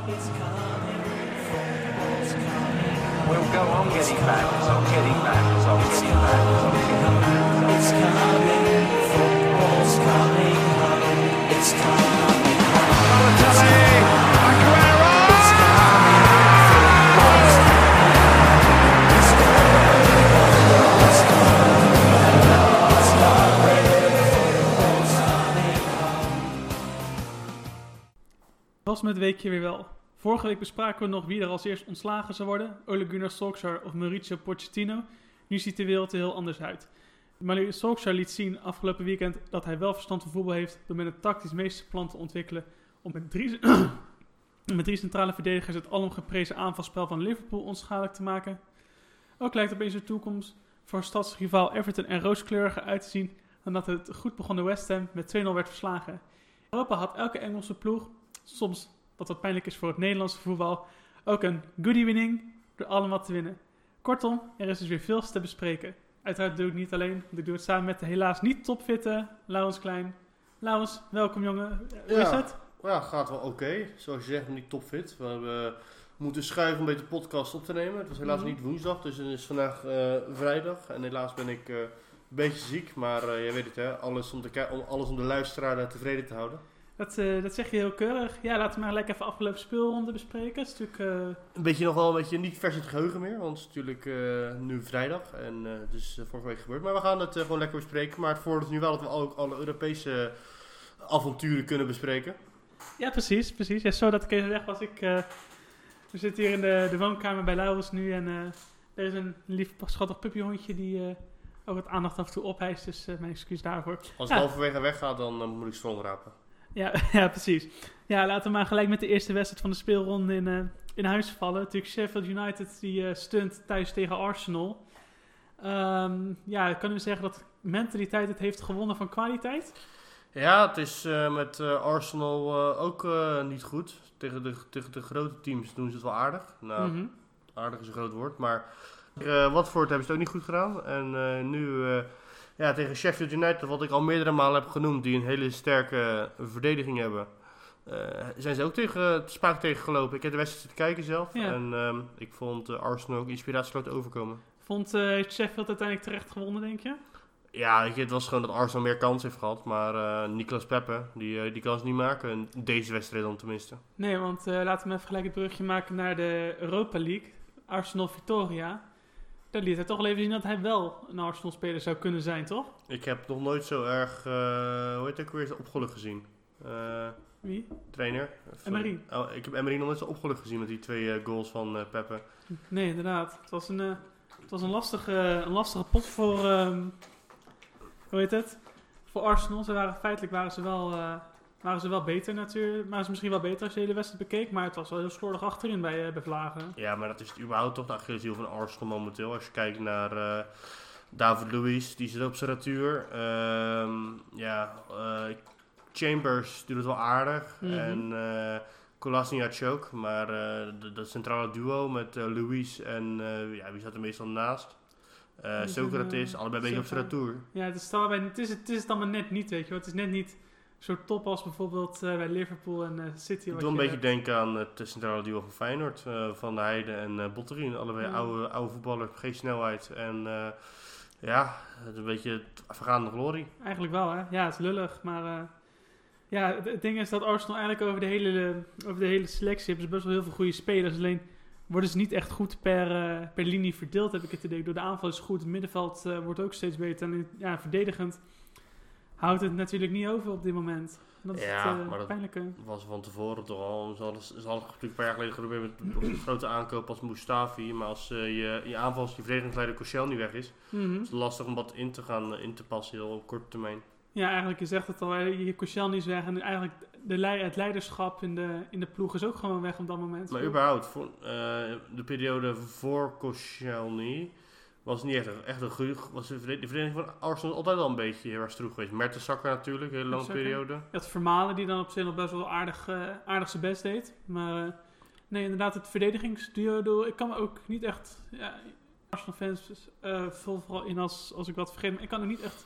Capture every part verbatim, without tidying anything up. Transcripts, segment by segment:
We'll go on getting back, so getting back, so getting back, so getting back. It's coming, football's coming home. It's coming home. Balotelli, Aguero! It's coming, football's coming home. It's coming, football's coming home. It's coming, football's coming home. Was met weekje weer wel. Vorige week bespraken we nog wie er als eerst ontslagen zou worden, Ole Gunnar Solskjaer of Mauricio Pochettino. Nu ziet de wereld er heel anders uit. Mauricio Solskjaer liet zien afgelopen weekend dat hij wel verstand van voetbal heeft door met een tactisch meesterplan te ontwikkelen om met drie, met drie centrale verdedigers het alom geprezen aanvalspel van Liverpool onschadelijk te maken. Ook lijkt opeens de toekomst voor stadsrivaal Everton er rooskleuriger uit te zien dan dat het goed begonnen West Ham met twee nul werd verslagen. Europa had elke Engelse ploeg, soms wat wat pijnlijk is voor het Nederlandse voetbal, ook een goodie winning door allemaal te winnen. Kortom, er is dus weer veel te bespreken. Uiteraard doe ik niet alleen, want ik doe het samen met de helaas niet topfitte Laurens Klein. Laurens, welkom jongen. Hoe ja, is het? Ja, gaat wel oké. Okay. Zoals je zegt, niet topfit. We hebben moeten schuiven om deze podcast op te nemen. Het was helaas mm-hmm. niet woensdag, dus het is vandaag uh, vrijdag. En helaas ben ik uh, een beetje ziek, maar uh, jij weet het hè, alles om, te, om, alles om de luisteraar tevreden te houden. Dat, uh, dat zeg je heel keurig. Ja, laten we maar lekker even afgelopen speelronde bespreken. Het is natuurlijk, uh... Een beetje nog wel een beetje niet vers in het geheugen meer. Want het is natuurlijk uh, nu vrijdag. En uh, het is uh, vorige week gebeurd. Maar we gaan het uh, gewoon lekker bespreken. Maar het vordert nu wel dat we ook alle Europese avonturen kunnen bespreken. Ja, precies. precies. Ja, zo dat ik even weg was. Ik, uh, we zitten hier in de, de woonkamer bij Laurens nu. En uh, er is een lief schattig puppyhondje die uh, ook wat aandacht af en toe ophijst. Dus uh, mijn excuus daarvoor. Als het ja. halverwege weggaat, dan uh, moet ik strong rapen. Ja, ja, precies. Ja, laten we maar gelijk met de eerste wedstrijd van de speelronde in, uh, in huis vallen. Natuurlijk Sheffield United die uh, stunt thuis tegen Arsenal. Um, ja, kunnen we zeggen dat mentaliteit het heeft gewonnen van kwaliteit? Ja, het is uh, met uh, Arsenal uh, ook uh, niet goed. Tegen de, tegen de grote teams doen ze het wel aardig. Nou, mm-hmm. aardig is een groot woord. Maar uh, Watford hebben ze het ook niet goed gedaan. En uh, nu... Uh, Ja, tegen Sheffield United, wat ik al meerdere malen heb genoemd, die een hele sterke verdediging hebben, uh, zijn ze ook tegen, te spaak tegen gelopen. Ik heb de wedstrijd zitten kijken zelf ja. en um, ik vond uh, Arsenal ook inspiratieloos overkomen. Vond uh, Sheffield uiteindelijk terecht gewonnen, denk je? Ja, het was gewoon dat Arsenal meer kans heeft gehad, maar uh, Nicolas Pepe, die, uh, die kan ze niet maken. En deze wedstrijd dan tenminste. Nee, want uh, laten we even gelijk het brugje maken naar de Europa League. Arsenal-Victoria. Dat liet hij toch wel even zien dat hij wel een Arsenal-speler zou kunnen zijn, toch? Ik heb nog nooit zo erg, uh, hoe heet het ook weer, opgelucht gezien. Uh, Wie? Trainer. Emery. Oh, ik heb Emery nog nooit zo opgelucht gezien met die twee uh, goals van uh, Pepe. Nee, inderdaad. Het was een, uh, het was een, lastige, een lastige pot voor, um, hoe heet het? Voor Arsenal. Ze waren, feitelijk waren ze wel... Uh, waren ze wel beter natuurlijk. Maar ze misschien wel beter als je de hele wedstrijd bekeek. Maar het was wel heel slordig achterin bij, uh, bij Vlagen. Ja, maar dat is überhaupt toch de Achilleshiel van Arsenal momenteel. Als je kijkt naar uh, David Luiz, die zit op zijn retour. Uh, ja, uh, Chambers doet het wel aardig. Mm-hmm. En uh, Kolasinac ook. Maar uh, de, de centrale duo met uh, Luiz en uh, ja, wie zat er meestal naast? Uh, Socrates, uh, allebei een beetje op zijn retour. Ja, het is, het, is, het is het allemaal net niet, weet je wel. Het is net niet... zo top als bijvoorbeeld uh, bij Liverpool en uh, City. Ik doe een beetje hebt. denken aan het centrale duo van Feyenoord. Uh, van de Heide en uh, Botterien. Allebei ja. oude, oude voetballer, geen snelheid. En uh, ja, het is een beetje vergaande glorie. Eigenlijk wel, hè. Ja, het is lullig. Maar uh, ja, het, het ding is dat Arsenal eigenlijk over de hele, uh, over de hele selectie hebben ze best wel heel veel goede spelers. Alleen worden ze niet echt goed per, uh, per linie verdeeld, heb ik het idee. Door de aanval is goed. Het middenveld uh, wordt ook steeds beter. En ja, verdedigend houdt het natuurlijk niet over op dit moment. Dat is ja, het uh, maar dat pijnlijke. was van tevoren toch al. Ze hadden, ze hadden natuurlijk een paar jaar geleden geprobeerd met een grote aankoop als Mustafi. Maar als uh, je, je aanvals, je verdedigingsleider Koscielny weg is, mm-hmm. is het lastig om wat in te gaan in te passen heel op korte termijn. Ja, eigenlijk je zegt het al, je Koscielny is weg en eigenlijk de le- het leiderschap in de, in de ploeg is ook gewoon weg op dat moment. Maar überhaupt, voor, uh, de periode voor Koscielny was niet echt, echt een goede. Was de verdediging van Arsenal altijd al een beetje heel erg stroef geweest. Mertesacker natuurlijk, een hele lange Zakker. periode. Je had Vermalen die dan op zich nog best wel aardig, uh, aardig zijn best deed. Maar uh, nee, inderdaad, het verdedigingsduo. Ik kan me ook niet echt. Ja, Arsenal fans uh, vul vooral in als, als ik wat vergeet. Maar ik kan er niet echt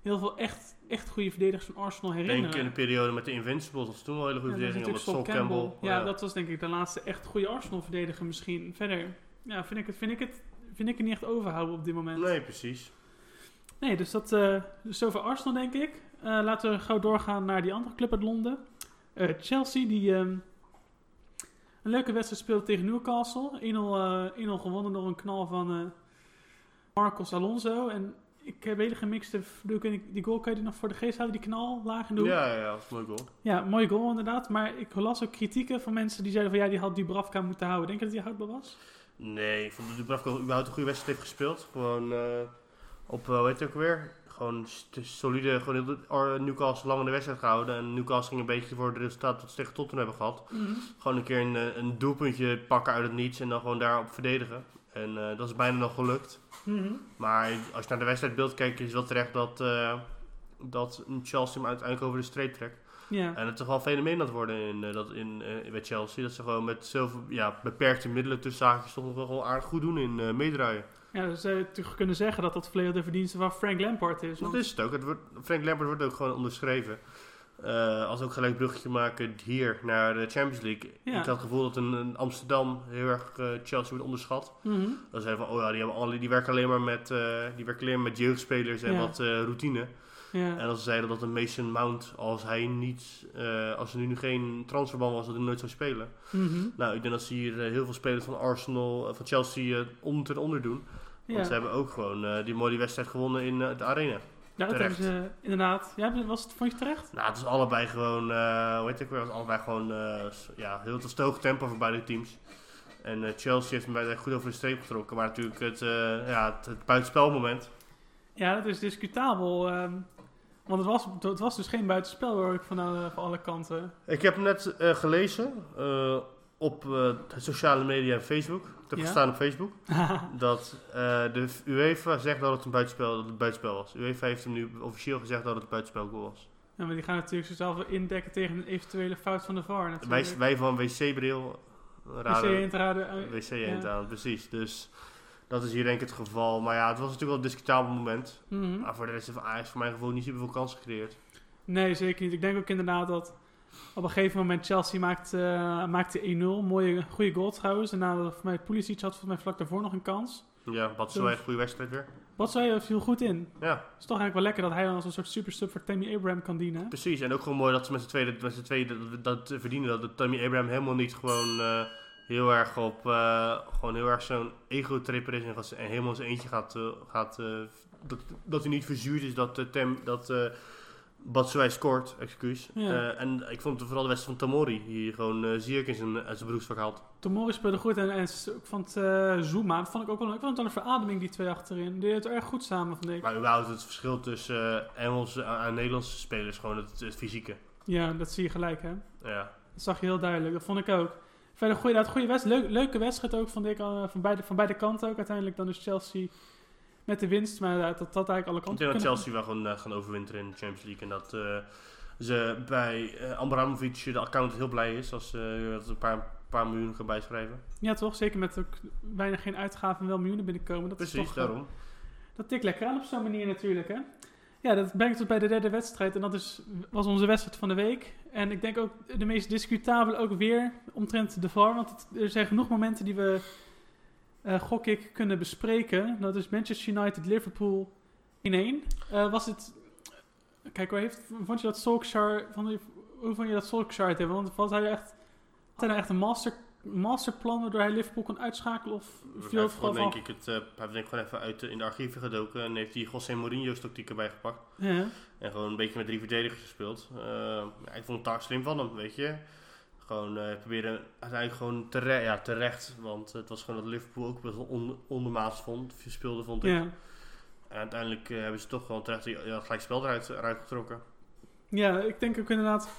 heel veel echt, echt goede verdedigers van Arsenal Ik herinneren. denk in de periode met de Invincibles, dat was toen wel een hele goede Ja, dat is verdediging. Met natuurlijk Sol Sol Campbell. Ja, dat was denk ik de laatste echt goede Arsenal-verdediger misschien. Verder ja, vind, ik het, vind, ik het, vind ik het niet echt overhouden op dit moment. Nee, precies. Nee, dus dat uh, dus over Arsenal denk ik. Uh, laten we gauw doorgaan naar die andere club uit Londen. Uh, Chelsea, die um, een leuke wedstrijd speelde tegen Newcastle. één nul, uh, één nul gewonnen door een knal van uh, Marcos Alonso. En ik heb hele gemixte... Die goal, kan je die nog voor de geest houden? Die knal, laag en doel? Ja, ja, dat is een mooi goal. Ja, mooi goal inderdaad. Maar ik las ook kritieken van mensen die zeiden van... Ja, die had Dubravka moeten houden. Denk je dat die houdbaar was? Nee, ik vond dat Dubravka überhaupt een goede wedstrijd heeft gespeeld. Gewoon uh, op, uh, hoe heet het ook weer? Gewoon st- solide, gewoon heel Newcastle lang in de wedstrijd gehouden. En Newcastle ging een beetje voor het resultaat dat ze tegen Tottenham hebben gehad. Mm-hmm. Gewoon een keer een, een doelpuntje pakken uit het niets en dan gewoon daarop verdedigen. En uh, dat is bijna nog gelukt. Mm-hmm. Maar als je naar de wedstrijdbeeld kijkt, is het wel terecht dat, uh, dat Chelsea hem uiteindelijk over de streep trekt. Ja. En het toch wel een fenomeen aan het worden in, uh, dat in, uh, bij Chelsea. Dat ze gewoon met zoveel ja, beperkte middelen tussen zaakjes toch nog wel gewoon aardig goed doen in uh, meedraaien. Ja, dus zou je natuurlijk kunnen zeggen dat dat volledig de verdienste van Frank Lampard is. Dat Want... is het ook. Het wordt, Frank Lampard wordt ook gewoon onderschreven. Uh, als ook gelijk een bruggetje maken hier naar de Champions League. Ja. Ik had het gevoel dat een, een Amsterdam heel erg uh, Chelsea wordt onderschat. Mm-hmm. Dan zeiden van, oh ja, die, hebben alle, die werken alleen maar met, uh, die werken alleen maar met jeugdspelers en Ja. wat uh, routine. Ja. En als ze zeiden dat een Mason Mount, als hij niet, uh, als er nu geen transferban was, dat hij nooit zou spelen. Mm-hmm. Nou, ik denk dat ze hier uh, heel veel spelers van Arsenal, uh, van Chelsea uh, onder ten onder doen. Want Ja. ze hebben ook gewoon uh, die mooie wedstrijd gewonnen in uh, de arena. Ja, dat Terecht. hebben ze inderdaad. Ja, was het, vond je het terecht? Nou, het is allebei gewoon, uh, hoe heet ik weer, het was allebei gewoon, uh, ja, heel te hoog tempo voor beide teams. En uh, Chelsea heeft hem bij goed over de streep getrokken, maar natuurlijk het, uh, ja, het, het buitenspelmoment. Ja, dat is discutabel. Um, want het was, het was dus geen buitenspel, hoor ik van, uh, van alle kanten. Ik heb net uh, gelezen uh, op uh, de sociale media en Facebook, ik heb Ja? gestaan op Facebook, dat uh, de UEFA zegt dat het een buitenspel, dat het buitenspel was. UEFA heeft hem nu officieel gezegd dat het een buitenspelgoal was. Ja, maar die gaan natuurlijk zichzelf wel indekken tegen een eventuele fout van de V A R natuurlijk. Wij, wij van wc-bril raden, W C te raden. Uh, wc-eend ja. aan, precies. Dus dat is hier denk ik het geval. Maar ja, het was natuurlijk wel een discutabel moment. Mm-hmm. Maar voor de rest heeft Ajax voor mijn gevoel niet zoveel kansen gecreëerd. Nee, zeker niet. Ik denk ook inderdaad dat op een gegeven moment Chelsea maakt, uh, maakte één nul. Mooie, goede goal trouwens. En nadat voor mij Pulisic had volgens mij vlak daarvoor nog een kans. Ja, Batshuayi, een goede wedstrijd weer. Batshuayi viel goed in. Ja, Het is toch eigenlijk wel lekker dat hij dan als een soort supersub voor Tammy Abraham kan dienen. precies. En ook gewoon mooi dat ze met z'n tweede, met z'n tweede dat, dat verdienen. Dat de Tammy Abraham helemaal niet gewoon uh, heel erg op, uh, gewoon heel erg zo'n ego-tripper is. En, gaat, en helemaal in zijn eentje gaat, uh, gaat uh, dat, dat hij niet verzuurd is dat uh, Tem, dat... Uh, Batshuayi scoort, excuus. Ja. Uh, en ik vond vooral de wedstrijd van Tomori, die gewoon uh, Ziyech in zijn, uit zijn broekzak haalt. Tomori speelde goed en, en ik vond uh, Zuma, dat vond ik ook wel, ik vond het wel een verademing die twee achterin. Die deed het erg goed samen, vond ik. Maar überhaupt het verschil tussen uh, Engelse en Nederlandse spelers, gewoon het, het fysieke. Ja, dat zie je gelijk, hè. Ja. Dat zag je heel duidelijk, dat vond ik ook. Verder, goeie, goede wedstrijd, Leuk, leuke wedstrijd ook, vond ik, uh, van, beide, van beide kanten ook. Uiteindelijk dan dus Chelsea met de winst, maar uh, dat dat eigenlijk alle Ik kanten denk dat kunnen Chelsea wel gewoon uh, gaan overwinteren in de Champions League. En dat uh, ze bij uh, Abramovich, de account, heel blij is als ze uh, een paar, paar miljoen gaan bijschrijven. Ja, toch? Zeker met ook bijna geen uitgaven en wel miljoenen binnenkomen. Dat Precies, is toch, daarom. Uh, dat tikt lekker aan op zo'n manier natuurlijk, hè. Ja, dat brengt ons bij de derde wedstrijd. En dat is, was onze wedstrijd van de week. En ik denk ook de meest discutabele ook weer omtrent de V A R. Want het, er zijn genoeg momenten die we, uh, gok ik, kunnen bespreken. Dat is Manchester United-Liverpool één-één. Uh, was het... Kijk, hoe heeft, vond je dat Solskjaer... Vond, hoe vond je dat Solskjaer het hebben? Want was hij echt... Had hij nou echt een master, masterplan waardoor hij Liverpool kon uitschakelen? Of viel Hij het heeft gewoon gewoon, van... denk ik, het, uh, hij heeft denk ik gewoon even uit, uh, in de archieven gedoken. En heeft die José Mourinho's tactiek erbij gepakt. Ja. En gewoon een beetje met drie verdedigers gespeeld. Uh, ja, ik vond het daar slim van hem, weet je. Gewoon uh, proberen uiteindelijk gewoon terecht, ja, terecht. Want het was gewoon dat Liverpool ook best wel on, ondermaats vond, speelde, vond ik. Ja. En uiteindelijk uh, hebben ze toch gewoon terecht ja, het gelijk spel eruit, eruit getrokken. Ja, ik denk ook inderdaad...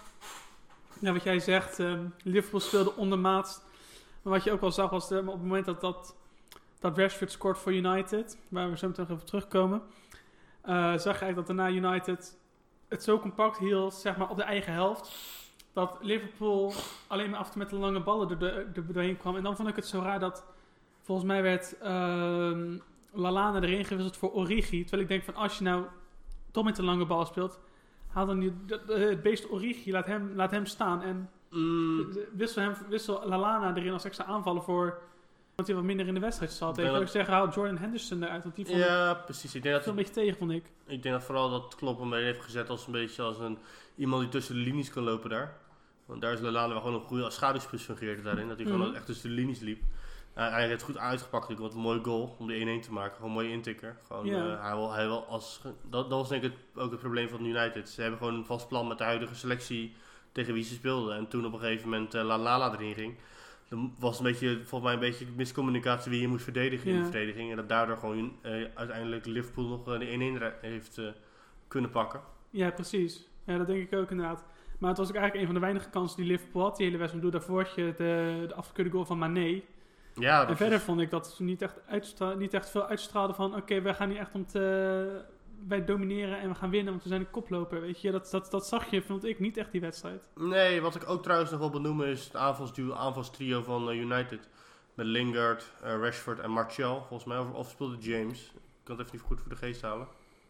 Ja, wat jij zegt, um, Liverpool speelde ondermaats. Maar wat je ook wel zag was uh, op het moment dat, dat, dat Rashford scoort voor United, waar we zo meteen nog even terugkomen, uh, zag je eigenlijk dat daarna United het zo compact hield, zeg maar, op de eigen helft, dat Liverpool alleen maar af en toe met de lange ballen er, er, er doorheen kwam. En dan vond ik het zo raar dat, volgens mij werd uh, Lallana erin gewisseld voor Origi. Terwijl ik denk van, als je nou toch met een lange bal speelt, haal dan die, de, de, het beest Origi, laat hem, laat hem staan en Mm, wissel, hem, wissel Lallana erin als extra aanvallen voor, want hij wat minder in de wedstrijd zat. Ik Ik zou denk zeggen, haal Jordan Henderson eruit, want die vond ja, precies. Ik denk, ik veel dat, een beetje tegen, vond ik. ik denk dat vooral dat Klopp hem heeft gezet als een beetje als een, iemand die tussen de linies kan lopen daar. Want daar is Lallana wel gewoon een goede schaduwspits fungeerde daarin. Dat hij gewoon Mhm. echt tussen de linies liep. Uh, hij heeft het goed uitgepakt. Wat een mooie goal om de één-één te maken. Gewoon een mooie intikker. Gewoon, Ja. uh, hij wil, hij wil als, dat, dat was denk ik het, ook het probleem van United. Ze hebben gewoon een vast plan met de huidige selectie tegen wie ze speelden. En toen op een gegeven moment uh, Lallana erin ging. Dan was het een beetje, volgens mij een beetje miscommunicatie wie je moest verdedigen in Ja. de verdediging. En dat daardoor gewoon uh, uiteindelijk Liverpool nog uh, de één-één re- heeft uh, kunnen pakken. Ja, precies. Ja, dat denk ik ook inderdaad. Maar het was ook eigenlijk een van de weinige kansen die Liverpool had, die hele wedstrijd. Doe daarvoor had je de, de afgekeurde goal van Mané. Ja, dat En verder is- vond ik dat ze niet echt, uitstra- niet echt veel uitstraalden van... Oké, okay, wij gaan hier echt om te... Wij domineren en we gaan winnen, want we zijn de koploper, weet je. Dat, dat, dat zag je, vond ik, niet echt die wedstrijd. Nee, wat ik ook trouwens nog wil benoemen is het aanvalsduo, aanvalstrio van uh, United. Met Lingard, uh, Rashford en Martial, volgens mij. Of, of speelde James. Ik kan het even niet goed voor de geest halen.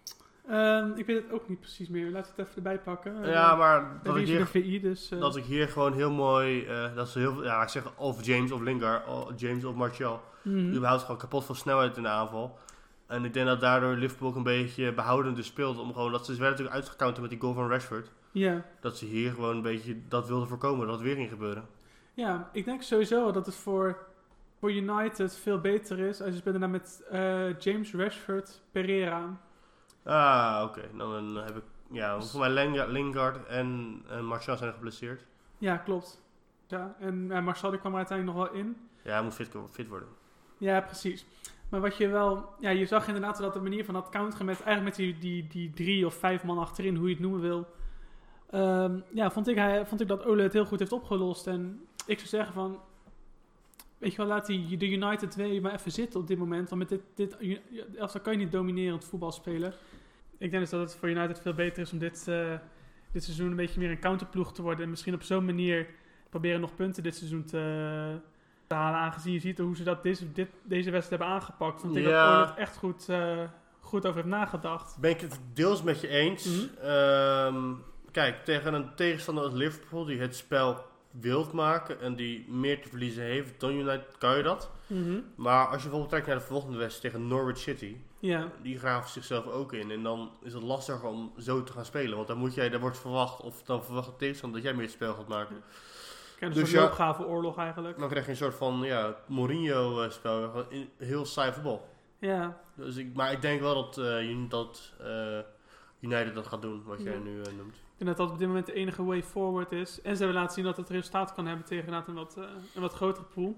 Um, ik weet het ook niet precies meer. Laten we het even erbij pakken. Ja, maar dat dat ik, is de hier, V I, dus... Uh, dat ik hier gewoon heel mooi... Uh, dat ze heel veel, ja, ik zeg of James of Lingard, of James of Martial. mm-hmm. Überhaupt gewoon kapot van snelheid in de aanval. En ik denk dat daardoor Liverpool ook een beetje behoudender speelt. Om gewoon, dat ze werden natuurlijk uitgecounterd met die goal van Rashford. Ja. Dat ze hier gewoon een beetje dat wilden voorkomen. Dat het weer ging gebeuren. Ja, ik denk sowieso dat het voor, voor United veel beter is als je speelt dan met uh, James, Rashford, Pereira. Ah, oké. Okay. Dan heb ik... Ja, voor mij Lingard, Lingard en, en Martial zijn geblesseerd. Ja, klopt. Ja, en uh, Martial die kwam er uiteindelijk nog wel in. Ja, hij moet fit, fit worden. Ja, precies. Maar wat je wel... Ja, je zag inderdaad dat de manier van dat counteren met... Eigenlijk met die, die, die drie of vijf man achterin, hoe je het noemen wil. Um, ja, vond ik, hij, vond ik dat Ole het heel goed heeft opgelost. En ik zou zeggen van... Weet je wel, laat die, de United twee maar even zitten op dit moment. Want met dit... dit elftal kan je niet dominerend voetbal spelen. Ik denk dus dat het voor United veel beter is om dit, uh, dit seizoen een beetje meer een counterploeg te worden. En misschien op zo'n manier proberen nog punten dit seizoen te... te halen, aangezien je ziet hoe ze dat deze, dit, deze wedstrijd hebben aangepakt. Vond ik ja. dat Ole het echt goed, uh, goed over heeft nagedacht. Ben ik het deels met je eens. Mm-hmm. Um, kijk, tegen een tegenstander als Liverpool die het spel wilt maken en die meer te verliezen heeft dan United, kan je dat. Mm-hmm. Maar als je bijvoorbeeld kijkt naar de volgende wedstrijd tegen Norwich City, Ja. die graven zichzelf ook in. En dan is het lastiger om zo te gaan spelen. Want dan moet jij, daar wordt verwacht, of dan verwacht de tegenstander dat jij meer het spel gaat maken. Een Dus soort ja. loopgave oorlog eigenlijk. Dan krijg je een soort van ja, Mourinho-spel. Heel saai voetbal. Ja. Dus ik, maar ik denk wel dat, uh, dat uh, United dat gaat doen, wat jij Ja. nu uh, noemt. Ik denk dat dat op dit moment de enige way forward is. En ze hebben laten zien dat het resultaat kan hebben tegen een wat, uh, een wat grotere pool.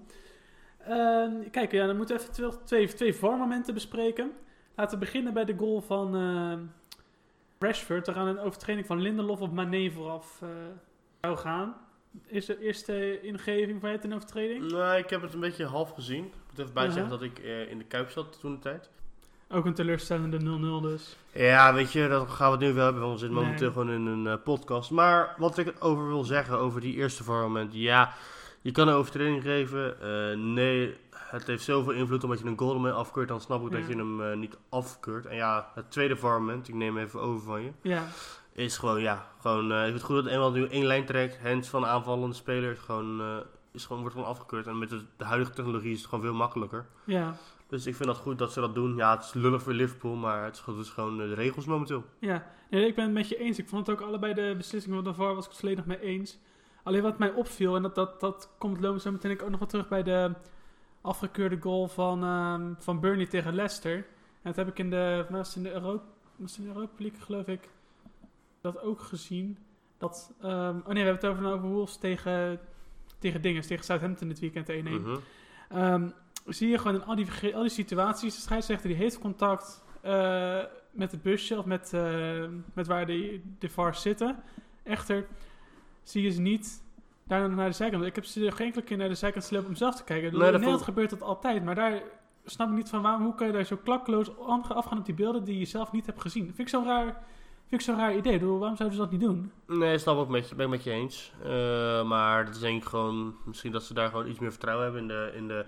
Uh, kijk, ja, dan moeten we even twee, twee, twee vormmomenten bespreken. Laten we beginnen bij de goal van uh, Rashford. Er aan een overtreding van Lindelof op Mané vooraf uh, zou gaan. Is de eerste ingeving van het een overtreding? Nee, ik heb het een beetje half gezien. Ik moet even bij Uh-huh. zeggen dat ik uh, in de Kuip zat toen de tijd. Ook een teleurstellende nul nul dus. Ja, weet je, dat gaan we het nu wel hebben, want we zitten Nee. momenteel gewoon in een uh, podcast. Maar wat ik over wil zeggen over die eerste moment, ja, je kan een overtreding geven. Uh, nee, het heeft zoveel invloed omdat je een goal ermee afkeurt, dan snap ik Ja. dat je hem uh, niet afkeurt. En ja, het tweede moment, ik neem even over van je, Ja, is gewoon, ja, gewoon, uh, ik vind het goed dat Engeland nu één lijn trekt, hands van de aanvallende speler, is gewoon, uh, is gewoon, wordt gewoon afgekeurd. En met de, de huidige technologie is het gewoon veel makkelijker. ja, Dus ik vind dat goed dat ze dat doen. Ja, het is lullig voor Liverpool, maar het is, het is gewoon de regels momenteel. ja. Nee, ik ben het met je eens. Ik vond het ook allebei de beslissingen van daarvoor was ik het volledig mee eens. Alleen wat mij opviel, en dat, dat, dat komt lopen zo meteen ook nog wel terug bij de afgekeurde goal van, um, van Burnley tegen Leicester. En dat heb ik in de, was in de, Euro, was in de Europa League, geloof ik, dat ook gezien. Dat, um, oh nee, we hebben het over, over Wolves tegen, tegen Dinges, tegen Southampton dit weekend één-één. Mhm. Um, zie je gewoon in al die, al die situaties, de scheidsrechter die heeft contact uh, met het busje of met, uh, met waar de, de V A R's zitten. Echter zie je ze niet daar naar de zijkant. Ik heb ze geen enkele keer naar de zijkant gelopen om zelf te kijken. Nee, In dat Nederland vond- gebeurt dat altijd, maar daar snap ik niet van waarom, hoe kan je daar zo klakkeloos afgaan op die beelden die je zelf niet hebt gezien. Vind ik zo'n raar, vind ik zo'n raar idee. Bedoel, waarom zouden ze dat niet doen? Nee, snap ik met je, ben ik met je eens. Uh, maar dat is denk ik gewoon, misschien dat ze daar gewoon iets meer vertrouwen hebben in de, in de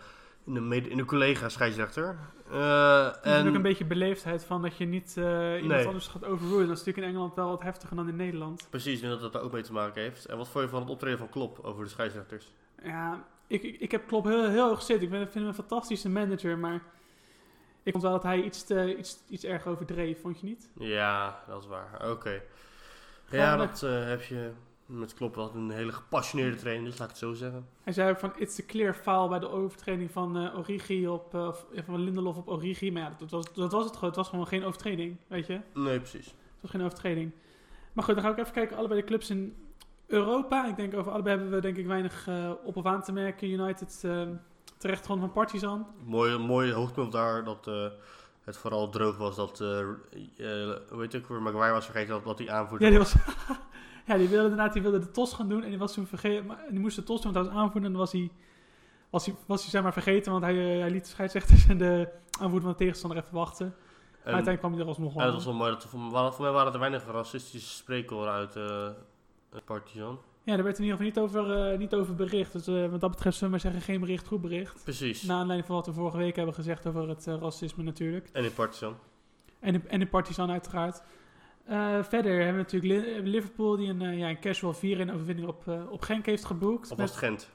in de, mede, in de collega-scheidsrechter. Uh, Het is en... ook een beetje beleefdheid van dat je niet uh, iemand Nee. anders gaat overrulen. Dat is natuurlijk in Engeland wel wat heftiger dan in Nederland. Precies, en dat dat daar ook mee te maken heeft. En wat vond je van het optreden van Klopp over de scheidsrechters? Ja, ik, ik, ik heb Klopp heel, heel hoog zitten. Ik vind hem een fantastische manager, maar ik vond wel dat hij iets, te, iets, iets erg overdreef, vond je niet? Ja, dat is waar. Oké. Okay. Gewoon Ja, met- dat uh, heb je met Klopp wel een hele gepassioneerde trainer, dus laat ik het zo zeggen. Hij zei ook van, it's a clear foul bij de overtreding van uh, Origi op, uh, of, van Lindelof op Origi. Maar ja, dat was, dat was het gewoon. Het was gewoon geen overtreding, weet je? Nee, precies. Het was geen overtreding. Maar goed, dan ga ik even kijken. Allebei de clubs in Europa. Ik denk over allebei hebben we denk ik weinig uh, op of aan te merken. United uh, terecht gewoon van Partizan. Mooi, mooi hoogtepunt daar dat uh, het vooral droog was dat, uh, uh, hoe weet ik, Maguire was vergeten dat, dat hij aanvoerde. Ja, die was... ja, die wilde inderdaad die wilde de tos gaan doen. En die was toen vergeten. Maar die moest de tos doen, want hij was aanvoerder. En dan was hij, was hij, was hij zeg maar vergeten. Want hij, uh, hij liet de scheidsrechters en de aanvoerder van de tegenstander even wachten. En, maar uiteindelijk kwam hij er alsnog en wel. dat was wel mooi. Dat, voor, voor mij waren er weinig racistische spreekwoorden uit uh, Partizan. Ja, daar werd in ieder geval niet over, uh, niet over bericht. Dus uh, wat dat betreft zullen we maar zeggen, geen bericht, goed bericht. Precies. Na aanleiding van wat we vorige week hebben gezegd over het uh, racisme natuurlijk. En in Partizan. En in, en in Partizan uiteraard. Uh, verder hebben we natuurlijk Li- Liverpool die een, uh, ja, een casual vier één overwinning op, uh, op Genk heeft geboekt. Of was het Gent?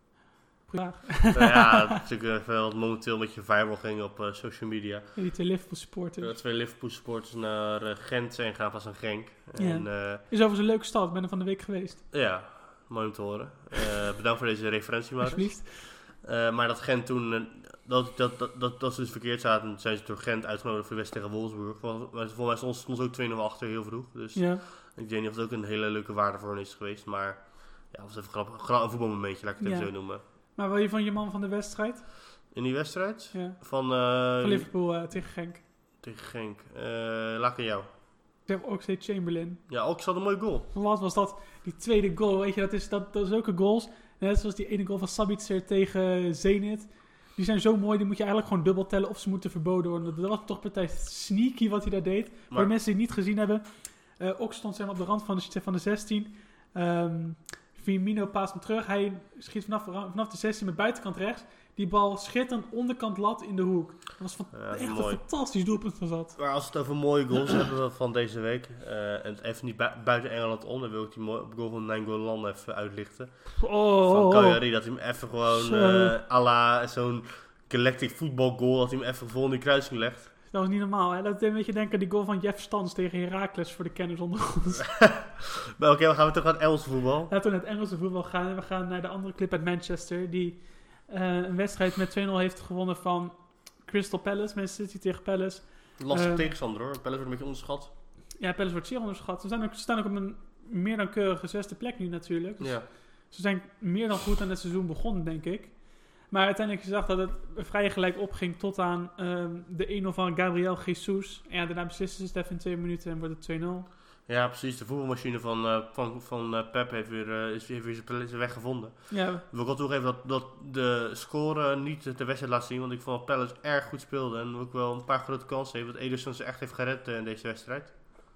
Ja, Nou ja, dat is natuurlijk veel wat momenteel een beetje viral ging op uh, social media. die twee Liverpool supporters. Uh, twee Liverpool supporters naar uh, Gent zijn gegaan van zijn Genk. Ja. En uh, Is overigens een leuke stad, ik ben er van de week geweest. ja, mooi om te horen. Uh, bedankt voor deze referentie, Maurits. Alsjeblieft. Uh, maar dat Gent toen, uh, dat, dat, dat, dat, dat ze dus verkeerd zaten, zijn ze door Gent uitgenodigd voor de wedstrijd tegen Wolfsburg. Volgens mij stond stond ook twee nul achter heel vroeg. Dus Ja. ik weet niet of het ook een hele leuke waarde voor hen is geweest. Maar ja, het was even een grappig, gra- een voetbalmomentje, laat ik het Ja. even zo noemen. Maar wat je van je man van de wedstrijd? In die wedstrijd Ja. van, uh, Van Liverpool uh, tegen Genk. tegen Genk, uh, laat ik aan jou. Ik zeg Oxlade Chamberlain. Ja, ook zat een mooi goal. Wat was dat? Die tweede goal, weet je, dat is, dat, dat is zulke goals. Net zoals die ene goal van Sabitzer tegen Zenit. Die zijn zo mooi, die moet je eigenlijk gewoon dubbel tellen of ze moeten verboden worden. Dat was toch partij sneaky wat hij daar deed. Maar- Voor de mensen die het niet gezien hebben. Uh, Ox stond zeg maar, op de rand van de, van de zestien. Um, Firmino paast hem terug. Hij schiet vanaf, vanaf de zestien met buitenkant rechts. Die bal schitterend onderkant lat in de hoek. Dat was van, Ja, dat is echt mooi. een fantastisch doelpunt was dat. Maar als we het over mooie goals hebben van deze week, uh, en even niet bu- buiten Engeland om, dan wil ik die mooie goal van Nainggolan even uitlichten. Oh, Van oh, Cagliari, dat hij hem even gewoon, Zo. uh, à la zo'n galactic voetbalgoal, dat hij hem even vol in die kruising legt. Dat was niet normaal. Hè? Dat deed een beetje denken aan die goal van Jeff Stans tegen Heracles voor de kenners onder ons. Maar oké, dan gaan we toch naar het Engelse voetbal. Laten we naar het Engelse voetbal gaan. En we gaan naar de andere club uit Manchester. Die uh, een wedstrijd met twee nul heeft gewonnen van Crystal Palace. Manchester City tegen Palace. Lastig Uh, tegenstander hoor. Palace wordt een beetje onderschat. Ja, Palace wordt zeer onderschat. Ze, zijn ook, ze staan ook op een meer dan keurige zesde plek nu natuurlijk. Dus Ja. ze zijn meer dan goed aan het seizoen begonnen, denk ik. Maar uiteindelijk zag dat het vrij gelijk opging tot aan um, de een nul van Gabriel Jesus. En ja, daarna beslissen ze het even in twee minuten en wordt het twee nul. Ja, precies. De voetbalmachine van, uh, van, van uh, Pep heeft weer, uh, is, heeft weer zijn, zijn weg gevonden. Ja, Ik wil wel toegeven dat, dat de score niet de wedstrijd laat zien. Want ik vond dat Palace erg goed speelde. En ook wel een paar grote kansen heeft. Dat Ederson ze echt heeft gered uh, in deze wedstrijd.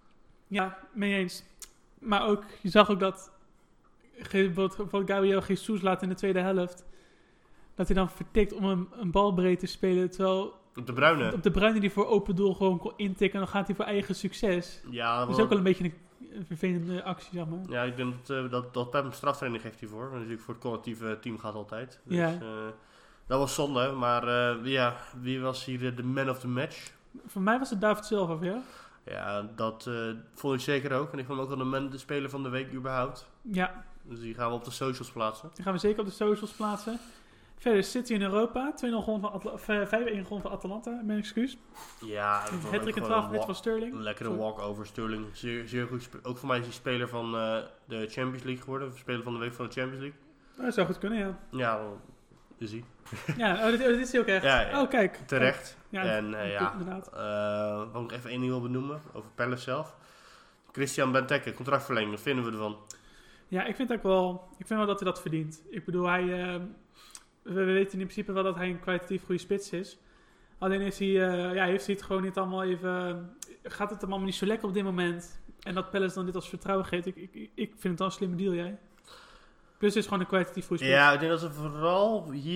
ja, mee eens. Maar ook, je zag ook dat bijvoorbeeld Gabriel Jesus laat in de tweede helft. Dat hij dan vertikt om een, een bal breed te spelen. Terwijl Op de Bruyne. op de Bruyne die voor open doel gewoon kon intikken. En dan gaat hij voor eigen succes. Ja, Dat is wel- ook wel een beetje een, een vervelende actie, zeg maar. Ja, ik denk dat, uh, dat, dat Pep een straftraining geeft hiervoor. Want natuurlijk voor het collectieve team gaat altijd. Dus, Ja. uh, dat was zonde. Maar uh, ja, wie was hier de, de man of the match? Voor mij was het David Silva, voor jou? Ja, dat uh, vond ik zeker ook. En ik vond hem ook wel de, man, de speler van de week überhaupt. Ja, Dus die gaan we op de socials plaatsen. die gaan we zeker op de socials plaatsen. Verder City in Europa. twee nul gewonnen van Atla- of, uh, vijf één gewonnen van Atalanta, mijn excuus. Ja, dat was ook Hattrick en gewoon twaalf een net wa- van Sterling. Een lekkere Sorry. walk-over Sterling. Zeer, zeer goed. spe- Ook voor mij is hij speler van uh, de Champions League geworden. Speler van de week van de Champions League. Oh, dat zou goed kunnen, ja. Ja, wel, is hij. Ja, oh, dit, oh, dit is hij ook echt. Ja, ja. Oh, kijk. Terecht. Ja, en uh, ja, inderdaad. uh, wat ik even één ding wil benoemen over Palace zelf. Christian Benteke, contractverlenging, wat vinden we ervan? Ja, ik vind ook wel, ik vind wel dat hij dat verdient. Ik bedoel, hij, uh, we, we weten in principe wel dat hij een kwalitatief goede spits is. Alleen is hij, uh, ja, heeft hij het gewoon niet allemaal even, gaat het hem allemaal niet zo lekker op dit moment. En dat Palace dan dit als vertrouwen geeft, ik, ik, ik vind het wel een slimme deal, jij. Plus het is gewoon een kwalitatief goede spits. Ja, ik denk dat ze vooral hier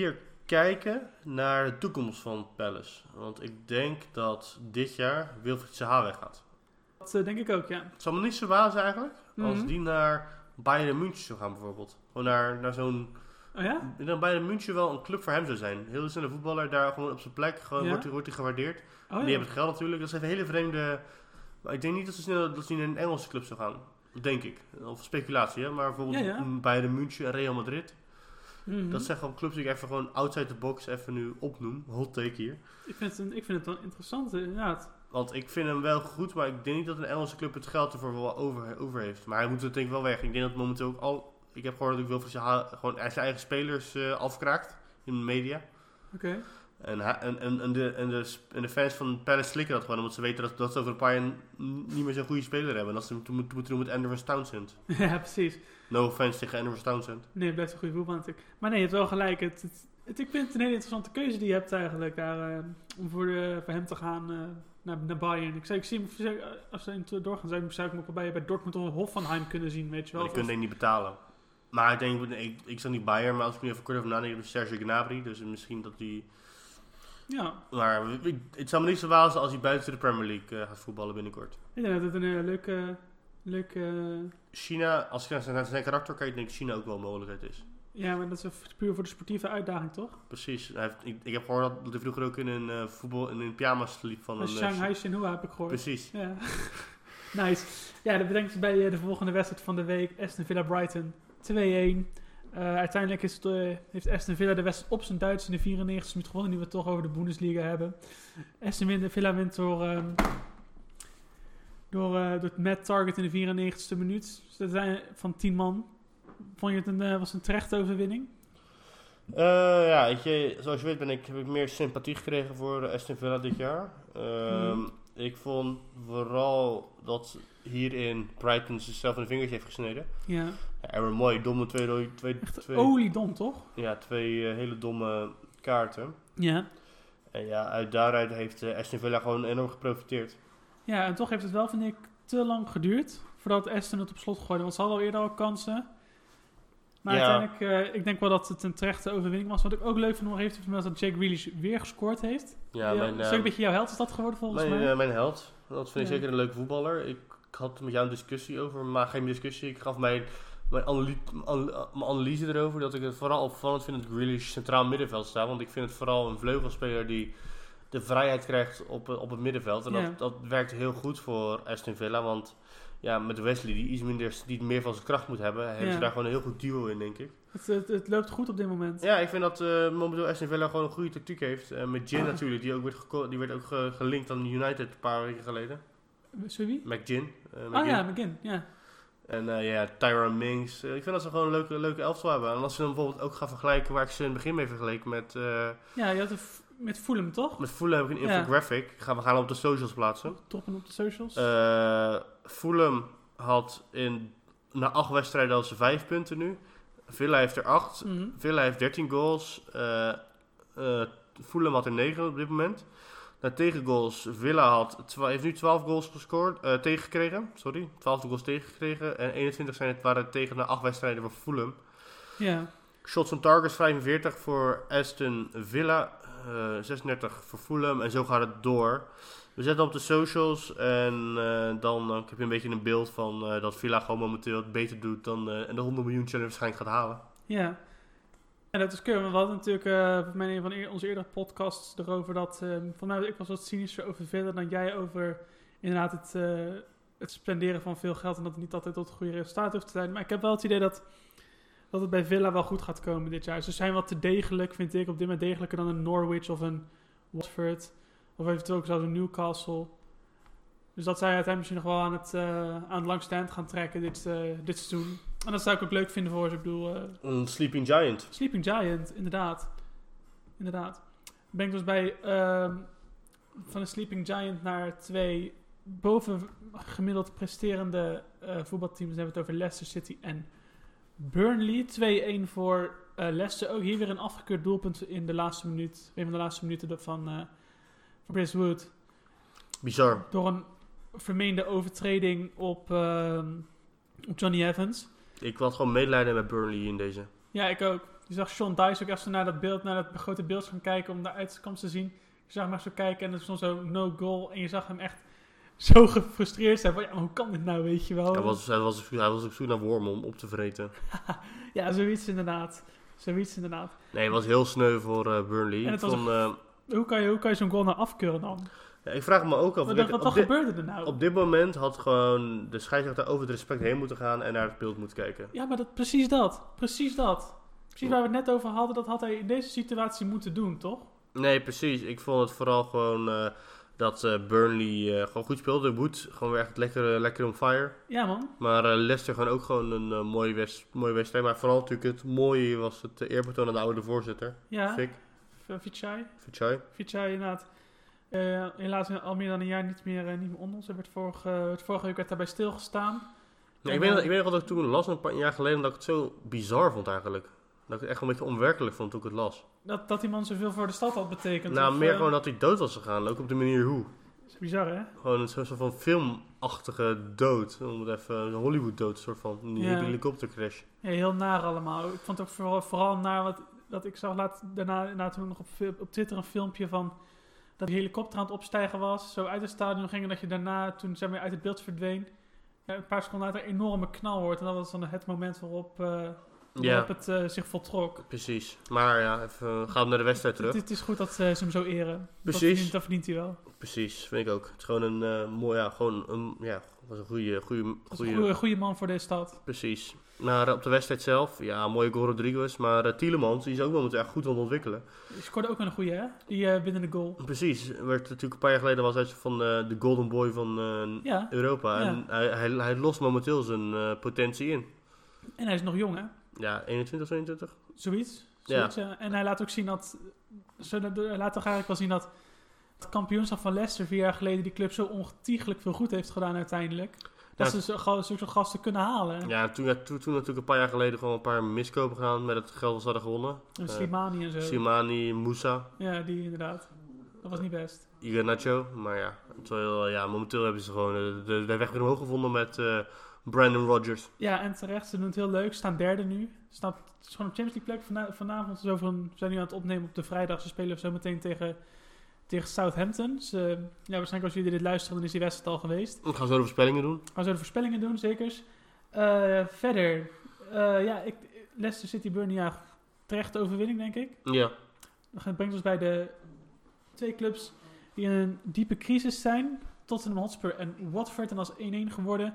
kijken naar de toekomst van Palace. Want ik denk dat dit jaar Wilfried Zaha weggaat. Dat uh, denk ik ook, ja. Het zal me niet zo bazen eigenlijk. Als Mm-hmm. die naar Bayern München zou gaan bijvoorbeeld. Gewoon naar, naar zo'n... Oh ja? Ik denk dat Bayern München wel een club voor hem zou zijn. Heel snelle voetballer, daar gewoon op zijn plek. Gewoon Ja? wordt, hij, wordt hij gewaardeerd. Oh, Die ja. hebben het geld natuurlijk. Dat is even een hele vreemde... Maar ik denk niet dat ze snel dat ze naar een Engelse club zou gaan. Denk ik. Of speculatie, hè. Maar bijvoorbeeld Ja, ja. Bayern München en Real Madrid. Mhm. Dat zijn gewoon clubs die ik even gewoon outside the box even nu opnoem. Hot take hier. ik, vind het, een- ik vind het wel interessant, inderdaad. Want ik vind hem wel goed, maar ik denk niet dat een Engelse club het geld ervoor wel over, over heeft. Maar hij moet het denk ik wel weg. Ik denk dat momenteel ook al... Ik heb gehoord dat ik Wilfried Zaha gewoon zijn eigen spelers uh, afkraakt in de media. Oké. Okay. En, hij, en, en, en, de, en, de, en de fans van Palace slikken dat gewoon, omdat ze weten dat, dat ze over een paar jaar niet meer zo'n goede speler hebben. En dat ze moeten moeten doen met Andrew Townsend. Ja, precies. No offense tegen Andrew Townsend. Nee, het blijft een goede voetbal natuurlijk. Maar nee, je hebt wel gelijk. Het, het, het, ik vind het een hele interessante keuze die je hebt eigenlijk daar, uh, om voor, de, voor hem te gaan uh, naar, naar Bayern. Ik, zou, ik zie hem, als ze in doorgaan, zou ik, zou ik hem ook wel bij, bij Dortmund of Hoffenheim kunnen zien, weet je wel. Maar die kunnen denk ik niet betalen. Maar ik denk, ik, ik zal niet Bayern, maar als ik nu even kort over nadenk, heb ik Serge Gnabry. Dus misschien dat die... Ja. Maar ik, het zou me niet zo wazen als hij buiten de Premier League uh, gaat voetballen binnenkort. Ik denk dat het een uh, leuke... leuke uh... China, als je naar zijn, naar zijn karakter kijkt, denk ik dat China ook wel een mogelijkheid is. Ja, maar dat is puur voor de sportieve uitdaging, toch? Precies. Hij heeft, ik, ik heb gehoord dat hij vroeger ook in een uh, voetbal in een pyjama's liep van een... Shanghai Shenhua heb ik gehoord. Precies. Ja. Nice. Ja, dat bedenkt bij uh, de volgende wedstrijd van de week. Aston Villa Brighton twee-een. Uh, uiteindelijk is het, uh, heeft Aston Villa de wedstrijd op zijn Duits in de vierennegentigste minuut gewonnen. Nu we het toch over de Bundesliga hebben. Aston Villa wint door, um, door, uh, door het Matt Target in de vierennegentigste minuut. Dus dat zijn van tien man. Vond je het een, uh, was een terechte overwinning? Uh, ja, weet je, zoals je weet ben ik, heb ik meer sympathie gekregen voor Aston Villa dit jaar. Um, mm. Ik vond vooral dat hierin Brighton zichzelf in de vingers heeft gesneden. Ja. Ja, er waren mooie, domme twee... twee, Echt twee oliedom, toch? Ja, twee uh, hele domme kaarten. Ja. En ja, uit daaruit heeft uh, Aston Villa gewoon enorm geprofiteerd. Ja, en toch heeft het wel, vind ik, te lang geduurd voordat Aston het op slot gooide. Want ze hadden al eerder al kansen. Maar ja. uiteindelijk, uh, ik denk wel dat het een terechte overwinning was. Wat ik ook leuk vond om even te vermelden, dat Jack Grealish weer gescoord heeft. Ja, ja, mijn, is uh, een beetje jouw held is dat geworden volgens mijn, mij? Uh, mijn held. Dat vind ik ja. zeker een leuke voetballer. Ik, ik had met jou een discussie over, maar geen discussie. Ik gaf mijn, mijn, analy- mijn analyse erover dat ik het vooral opvallend vind dat Grealish centraal middenveld staat. Want ik vind het vooral een vleugelspeler die de vrijheid krijgt op, op het middenveld. En ja. dat, dat werkt heel goed voor Aston Villa, want... Ja, met Wesley, die iets minder, die meer van zijn kracht moet hebben, hebben ja. ze daar gewoon een heel goed duo in, denk ik. Het, het, het loopt goed op dit moment. Ja, ik vind dat uh, momenteel Aston Villa gewoon een goede tactiek heeft. Uh, met Gin ah. natuurlijk, die, ook werd geko- die werd ook ge- gelinkt aan United een paar weken geleden. Sorry? McGinn. Uh, oh ja, McGinn, ja. En uh, ja, Tyrone Mings. Uh, ik vind dat ze gewoon een leuke, leuke elftal hebben. En als ze dan bijvoorbeeld ook gaan vergelijken waar ik ze in het begin mee vergeleken met... Uh, ja, je had een f- met Fulham, toch? Met Fulham heb ik een infographic. Ja. Gaan we gaan op de socials plaatsen. Toppen op de socials. Uh, Fulham... had in na acht wedstrijden al ze vijf punten nu. Villa heeft er acht. Mm-hmm. Villa heeft dertien goals. Uh, uh, Fulham had er negen op dit moment. Na tegengoals, Villa had twa- heeft nu twaalf goals gescoord, uh, tegengekregen. Sorry, twaalf goals tegengekregen. En eenentwintig zijn het, waren het tegen na acht wedstrijden voor Fulham. Ja. Yeah. Shots on targets vijfenveertig voor Aston Villa. Uh, zesendertig voor Fulham. En zo gaat het door. We zetten op de socials en uh, dan uh, heb je een beetje een beeld van uh, dat Villa gewoon momenteel het beter doet dan uh, en de honderd miljoen challenge waarschijnlijk gaat halen. Ja, en dat is keurig. We hadden natuurlijk uh, voor mij een van eer, onze eerdere podcasts erover dat, uh, van mij ik was wat cynischer over Villa dan jij over inderdaad het, uh, het spenderen van veel geld en dat het niet altijd tot een goede resultaat hoeft te zijn. Maar ik heb wel het idee dat, dat het bij Villa wel goed gaat komen dit jaar. Ze zijn wat te degelijk, vind ik, op dit moment degelijker dan een Norwich of een Watford. Of eventueel ook zelfs een Newcastle. Dus dat zij uiteindelijk misschien nog wel aan het, uh, aan het langste eind gaan trekken dit, uh, dit seizoen. En dat zou ik ook leuk vinden voor ze. Ik bedoel... Uh, een Sleeping Giant. Sleeping Giant, inderdaad. Inderdaad. Ben ik dus bij... Uh, van een Sleeping Giant naar twee boven gemiddeld presterende uh, voetbalteams. Dan hebben we het over Leicester City en Burnley. twee-een voor uh, Leicester. Ook hier weer een afgekeurd doelpunt in de laatste minuut. Een van de laatste minuten van... Uh, Chris Wood. Bizar. Door een vermeende overtreding op, uh, op Johnny Evans. Ik had gewoon medelijden met Burnley in deze. Ja, ik ook. Je zag Sean Dice ook echt zo naar dat beeld, naar dat grote beeld gaan kijken om de uitkomst te zien. Je zag hem echt zo kijken en er stond zo no goal. En je zag hem echt zo gefrustreerd zijn. Van, ja, maar hoe kan dit nou, weet je wel? Hij was, hij was, hij was op zoek naar wormen om op te vreten. Ja, zoiets inderdaad. Zoiets inderdaad. Nee, het was heel sneu voor uh, Burnley. En het Ik was vond, uh, Hoe kan je, hoe kan je zo'n goal nou afkeuren dan? ja, ik vraag me ook af. Wat, kijk, wat, op wat dit- gebeurde er nou? Op dit moment had gewoon de scheidsrechter over het respect heen moeten gaan en naar het beeld moeten kijken. Ja, maar dat, precies dat. Precies dat. Precies waar we het net over hadden, dat had hij in deze situatie moeten doen, toch? Nee, precies. Ik vond het vooral gewoon uh, dat uh, Burnley uh, gewoon goed speelde. Wood gewoon weer echt lekker, uh, lekker on fire. Ja, man. Maar uh, Leicester gewoon ook gewoon een uh, mooie, west, mooie wedstrijd. Maar vooral natuurlijk het mooie was het uh, eerbetoon aan de oude voorzitter. Ja. Fik. Vichai. Vichai. Vichai, inderdaad. Uh, helaas al meer dan een jaar niet meer, uh, niet meer onder ons. Hij werd vorige, werd vorige week werd daarbij stilgestaan. Ja, ik, weet nog, ik weet nog dat ik toen las, een paar jaar geleden, dat ik het zo bizar vond eigenlijk. Dat ik het echt een beetje onwerkelijk vond toen ik het las. Dat, dat die man zoveel voor de stad had betekend. Nou, of, meer uh, gewoon dat hij dood was gegaan. Ook op de manier hoe. Dat is bizar, hè? Gewoon een soort van filmachtige dood. Om het even, een Hollywood dood, soort van. Een Ja. helikoptercrash. Ja, heel naar allemaal. Ik vond het ook vooral, vooral naar wat dat ik zag laat, daarna, daarna toen nog op, op Twitter een filmpje van dat die helikopter aan het opstijgen was. Zo uit het stadion ging en dat je daarna, toen zeg maar uit het beeld verdween, ja, een paar seconden later een enorme knal hoort. En dat was dan het moment waarop, uh, waarop Ja. het uh, zich voltrok. Precies. Maar ja, even, uh, gaan we naar de wedstrijd terug. Het, het is goed dat uh, ze hem zo eren. Precies. Dat verdient, dat verdient hij wel. Precies, vind ik ook. Het is gewoon een uh, mooi, ja, gewoon een, ja, was een goede, goede, Dat is een goede. goede, goede man voor deze stad. Precies. Maar uh, op de wedstrijd zelf, ja, mooie goal Rodriguez. Maar uh, Tielemans, die is ook wel moeten echt goed aan het ontwikkelen. Die scoorde ook wel een goede, hè? Die uh, binnen de goal. Precies. Werd natuurlijk een paar jaar geleden was hij van uh, de golden boy van uh, Ja. Europa. Ja. En hij, hij, hij lost momenteel zijn uh, potentie in. En hij is nog jong, hè? Ja, eenentwintig, tweeëntwintig. Zoiets. Zoiets ja. En hij laat ook zien dat... Zo, dat- hij laat toch eigenlijk wel zien dat het kampioenschap van Leicester vier jaar geleden die club zo ontiegelijk veel goed heeft gedaan uiteindelijk. Dat Ja. ze zo- gewoon zulke gasten kunnen halen. Ja, toen, ja, toen, toen natuurlijk een paar jaar geleden gewoon een paar miskopen gedaan met het geld dat ze hadden gewonnen. En Eh, Slimani en zo. Simani, Moussa, Ja, die inderdaad. Dat was niet best. Igarnacho. Maar ja, terwijl, ja, momenteel hebben ze gewoon de, de, de weg weer omhoog gevonden met uh, Brandon Rodgers. Ja, en terecht. Ze doen het heel leuk. Ze staan derde nu. Ze staan, het is gewoon een Champions League plek. Vana- vanavond is over een, we zijn nu aan het opnemen op de vrijdag. Ze spelen zo meteen tegen, tegen Southampton. Dus, uh, ja, waarschijnlijk als jullie dit luisteren, dan is die wedstrijd al geweest. Ik ga zo de voorspellingen doen. Gaan we de voorspellingen doen, zekers. Uh, verder, uh, ja, ik, Leicester City Burnley, ja, terechte overwinning, denk ik. Ja. Dat brengt ons bij de twee clubs die in een diepe crisis zijn. Tottenham Hotspur en Watford. En als één-één geworden.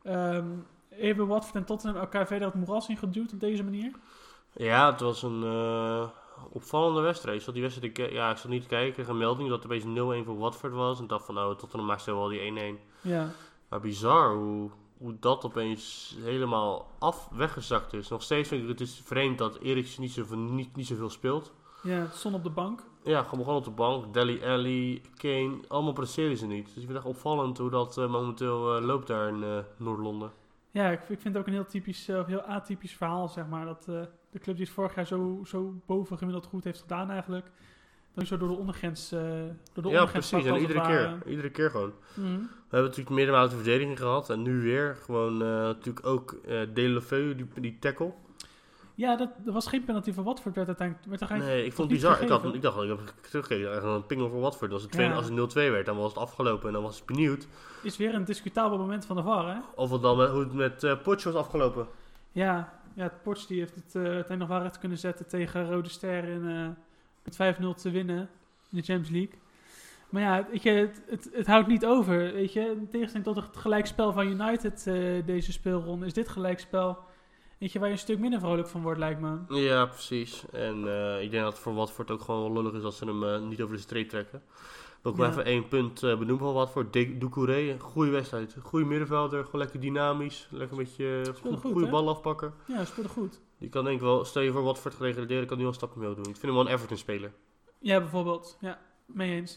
Um, hebben Watford en Tottenham elkaar verder het moeras in geduwd op deze manier? Ja, het was een uh, opvallende wedstrijd. Ik zat die wedstrijd, ik, ja, ik zat niet te kijken. Ik kreeg een melding dat het opeens nul-één voor Watford was. En dacht van, nou, Tottenham maakt zo wel die één-één. Ja. Maar bizar hoe, hoe dat opeens helemaal af weggezakt is. Nog steeds vind ik het is vreemd dat Eriksen niet, zoveel, niet, niet zoveel speelt. Ja, stond op de bank. Ja, gewoon begon op de bank. Dele Alli, Kane, allemaal presteren ze niet. Dus ik vind het echt opvallend hoe dat uh, momenteel uh, loopt daar in uh, Noord-Londen. Ja, ik, ik vind het ook een heel typisch, uh, heel atypisch verhaal, zeg maar. Dat uh, de club die het vorig jaar zo, zo bovengemiddeld goed heeft gedaan eigenlijk. Dat is zo door de ondergrens uh, door de Ja, ondergrens precies. En zakt, als iedere het ware. keer. Iedere keer gewoon. Mhm. We hebben natuurlijk meerdere malen de verdediging gehad. En nu weer gewoon uh, natuurlijk ook uh, Delafeu, die, die tackle. Ja, dat, er was geen penalty voor Watford. Werd uiteindelijk, werd er eigenlijk Nee, ik vond het niet bizar. Ik, had, gegeven. ik dacht, ik heb teruggekeken. Eigenlijk een pingel voor Watford. Als het, twee, Ja. als het nul-twee werd, dan was het afgelopen. En dan was ik benieuwd Is weer een discutabel moment van de V A R, hè? of het dan met, hoe het met uh, Poch was afgelopen. Ja, ja het Poch die heeft het uh, uiteindelijk nog wel recht kunnen zetten tegen Rode Ster in uh, met vijf nul te winnen in de Champions League. Maar ja, weet je, het, het, het houdt niet over, weet je. In tegenstelling tot het gelijkspel van United uh, deze speelronde is dit gelijkspel, weet je, waar je een stuk minder vrolijk van wordt, lijkt me. Ja, precies. En uh, ik denk dat het voor Watford ook gewoon wel lullig is als ze hem uh, niet over de streep trekken. Wil ik Ja. wel even één punt uh, benoemen van Watford. De- Doucouré, goede wedstrijd. Goede middenvelder, gewoon lekker dynamisch. Lekker een beetje Speelde go- goed, goede hè? bal afpakken. Ja, hij speelde goed. Die kan denk ik wel, stel je voor Watford gedegradeerd, kan die wel een stapje mee doen. Ik vind hem wel een Everton speler. Ja, bijvoorbeeld. Ja, mee eens.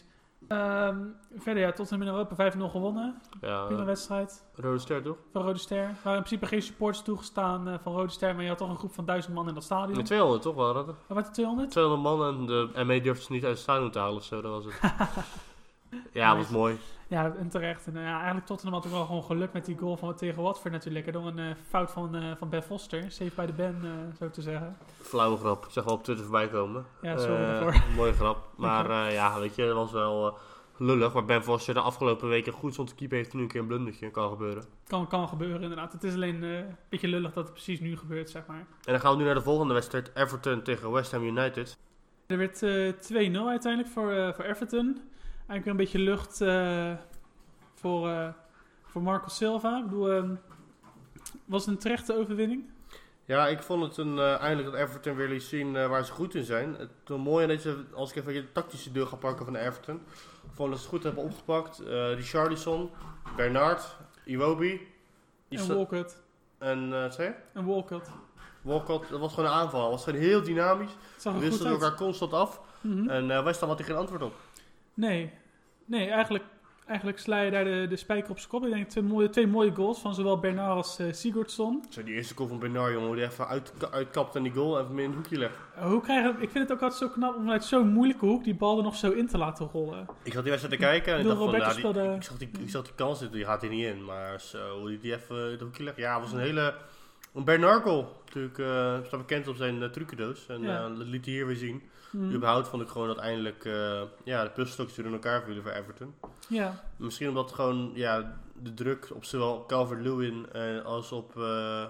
Um, verder, ja, Tottenham in Europa vijf nul gewonnen. Ja, Prima uh, wedstrijd. Rode Ster toch? Van Rode Ster. Er waren in principe geen supporters toegestaan uh, van Rode Ster, maar je had toch een groep van duizend man in dat stadion. Met tweehonderd toch waren dat? Waar waren het tweehonderd? tweehonderd man en de M E durfde ze niet uit het stadion te halen of zo, dat was het. Ja, dat was Nice. mooi. Ja, en terecht. En, uh, ja, eigenlijk Tottenham had ook wel gewoon geluk met die goal van tegen Watford natuurlijk. Door een uh, fout van, uh, van Ben Foster. Save bij de Ben, uh, zo te zeggen. Flauwe grap. Ik zag wel op Twitter voorbij komen. Ja, sorry uh, daarvoor. Mooie grap. Maar uh, ja, weet je, dat was wel uh, lullig. Maar Ben Foster de afgelopen weken goed stond te keeper, heeft nu een keer een blundertje. Kan gebeuren. Kan, kan gebeuren, inderdaad. Het is alleen uh, een beetje lullig dat het precies nu gebeurt, zeg maar. En dan gaan we nu naar de volgende wedstrijd. Everton tegen West Ham United. Er werd uh, twee nul uiteindelijk voor, uh, voor Everton. Eigenlijk een beetje lucht uh, voor, uh, voor Marco Silva. Ik bedoel, uh, was het een terechte overwinning? Ja, ik vond het een, uh, eindelijk dat Everton weer liet zien uh, waar ze goed in zijn. Het is mooie dat ze, als ik even de tactische deel ga pakken van de Everton, vond dat ze het goed hebben opgepakt. Uh, Richarlison, Bernard, Iwobi. En Walcott. En, uh, wat zei je? En Walcott. Walcott, dat was gewoon een aanval. Dat was gewoon heel dynamisch. We wisselden elkaar constant af. Mm-hmm. En uh, West Ham had hij geen antwoord op. Nee, nee eigenlijk, eigenlijk sla je daar de, de spijker op zijn kop. Ik denk twee mooie, twee mooie goals van zowel Bernard als uh, Sigurdsson. Zo, die eerste goal van Bernard, jongen, hoe die even uit, uitkapt en die goal even in het hoekje legt. Hoe krijgen, ik vind het ook altijd zo knap om vanuit zo'n moeilijke hoek die bal er nog zo in te laten rollen. Ik zat die wedstrijd te kijken en ik dacht van, nou, die, speelde... ik, zag die, ik zag die kans zitten, die gaat hier niet in. Maar zo, hoe die die even in het hoekje legt. Ja, het was een hele... Een Bernard goal. Natuurlijk, uh, staat bekend op zijn uh, trucendoos. En ja. uh, dat liet hij hier weer zien. Mm. Überhaupt vond ik gewoon dat eindelijk uh, ja, de puzzelstokjes weer in elkaar vielen voor Everton. Ja. Misschien omdat gewoon ja, de druk op zowel Calvert-Lewin uh, als op uh,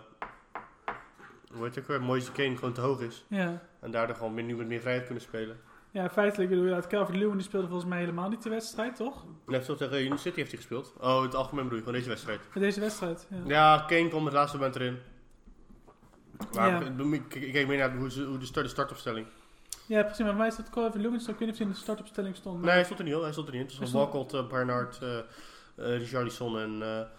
hoe heet het ook weer, Moise Kean gewoon te hoog is. Ja. En daardoor gewoon meer, nu met meer vrijheid kunnen spelen. Ja, feitelijk bedoel je dat Calvert-Lewin die speelde volgens mij helemaal niet de wedstrijd, toch? Hij heeft tegen Union City heeft hij gespeeld. Oh, het algemeen bedoel je, gewoon deze wedstrijd. Deze wedstrijd, ja. Ja, Kane kwam het laatste moment erin. Maar ja. ik, ik, ik keek meer naar hoe, ze, hoe de, start, de startopstelling. Ja, precies. Maar voor mij is dat Calvert-Lewin, ik weet niet of hij in de startopstelling stond. Maar... Nee, hij stond er niet, hoor. Hij stond er niet in. Het was stond... Walcott, uh, Bernard, uh, uh, Richarlison en...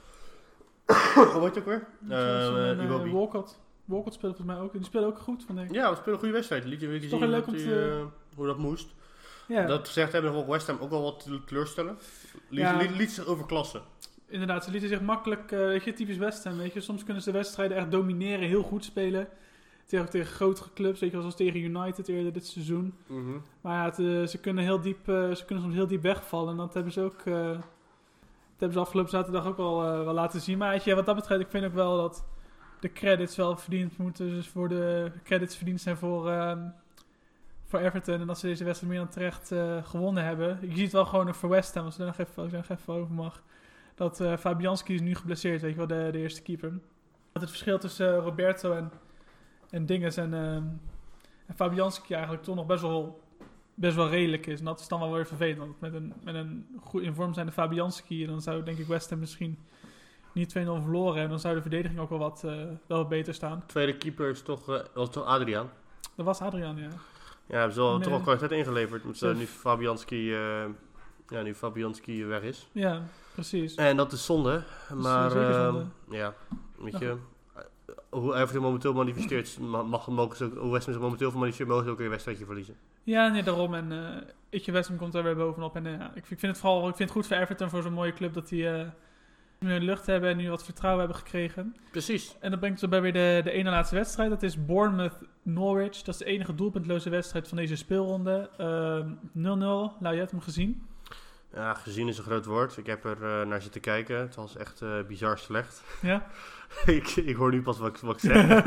Uh, hoe heet het ook weer? Uh, uh, Iwobi. Walcott. Walcott speelde volgens mij ook. En die speelde ook goed, vond ik. Ja, we spelen een goede wedstrijd. Liet je weer zien leuk dat om die, te... uh, hoe dat moest. Ja. Dat gezegd hebben we West Ham ook wel wat teleurstellen. Liet, Ja. liet, liet zich overklassen. Inderdaad, ze lieten zich makkelijk, uh, weet je, typisch West Ham, weet je. Soms kunnen ze de wedstrijden echt domineren, heel goed spelen. Tegen, tegen grotere clubs, weet je, zoals tegen United eerder dit seizoen. Mm-hmm. Maar ja, het, uh, ze kunnen heel diep, uh, ze kunnen soms heel diep wegvallen. En dat hebben ze ook, uh, dat hebben ze afgelopen zaterdag ook wel, uh, wel laten zien. Maar weet je, wat dat betreft, ik vind ook wel dat de credits wel verdiend moeten, dus voor de credits verdiend zijn voor, uh, voor Everton. En dat ze deze wedstrijd meer dan terecht uh, gewonnen hebben. Je ziet wel gewoon voor West Ham, als ik daar nog even, als ik daar nog even over mag. Dat uh, Fabianski is nu geblesseerd, weet je wel, de, de eerste keeper. Dat het verschil tussen uh, Roberto en, en Dinges en, uh, en Fabianski eigenlijk toch nog best wel, best wel redelijk is. En dat is dan wel weer vervelend. Want met een, met een goed in vorm zijnde Fabianski, dan zou denk ik West Ham misschien niet twee nul verloren. En dan zou de verdediging ook wel wat, uh, wel wat beter staan. Tweede keeper is toch, uh, was toch Adriaan? Dat was Adriaan, ja. Ja, hebben ze wel, Nee. toch wel kwaliteit ingeleverd. Met, uh, Zo. nu Fabianski, uh, ja, nu Fabianski weg is. Ja, precies. En dat is zonde. Maar zeker uh, zonde. ja, weet Ja. je, uh, hoe Everton momenteel manifesteert, mag, mogen ze ook, hoe West Ham momenteel van manifesteert, mogen ze ook weer een wedstrijdje verliezen. Ja, nee, daarom. En uh, Itje West Ham komt daar weer bovenop. En uh, ik, ik vind het vooral, ik vind het goed voor Everton, voor zo'n mooie club, dat die uh, nu een lucht hebben en nu wat vertrouwen hebben gekregen. Precies. En dat brengt ons bij weer de, de ene laatste wedstrijd. Dat is Bournemouth-Norwich. Dat is de enige doelpuntloze wedstrijd van deze speelronde. Uh, nul nul. Lau, je hebt hem gezien. Ja, gezien is een groot woord. Ik heb er uh, naar zitten kijken. Het was echt uh, bizar slecht. Ja? ik, ik hoor nu pas wat, ik- wat ik zeg.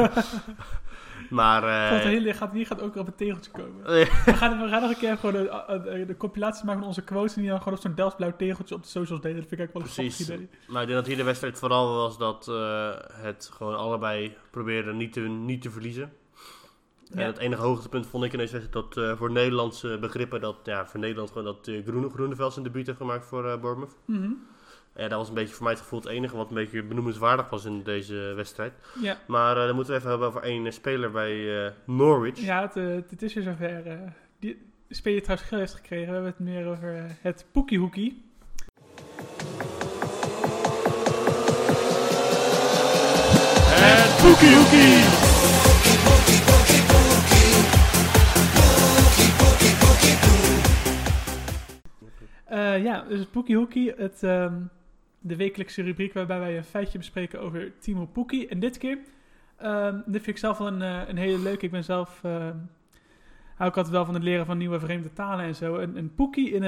maar... Uh, Want hele, gaat, hier gaat ook op een tegeltje komen. we, gaan, we gaan nog een keer gewoon de, de, de compilatie maken van onze quotes. En die dan gewoon op zo'n Delftsblauw tegeltje op de socials delen. Dat vind ik eigenlijk wel een Precies. grappig idee. Maar ik denk dat hier de wedstrijd vooral was dat uh, het gewoon allebei probeerden niet te, niet te verliezen. Ja. En het enige hoogtepunt vond ik in deze wedstrijd dat uh, voor Nederlandse begrippen, dat ja, voor Nederland gewoon dat uh, Groene, Groeneveld zijn debuut heeft gemaakt voor uh, Bournemouth. Mm-hmm. Ja, dat was een beetje voor mij het gevoel het enige wat een beetje benoemenswaardig was in deze wedstrijd. Ja. Maar uh, dan moeten we even hebben over één uh, speler bij uh, Norwich. Ja, het, uh, het is weer zover. Uh, die speler trouwens geel heeft gekregen. We hebben het meer over uh, het Poekiehoekie. Het Poekiehoekie! Uh, ja, dus het Poekiehoekie. Het, um, de wekelijkse rubriek waarbij wij een feitje bespreken over Timo Pukki. En dit keer, um, dit vind ik zelf wel een, uh, een hele leuke. Ik ben zelf, uh, hou ik altijd wel van het leren van nieuwe vreemde talen en zo. Een, een Pukki in het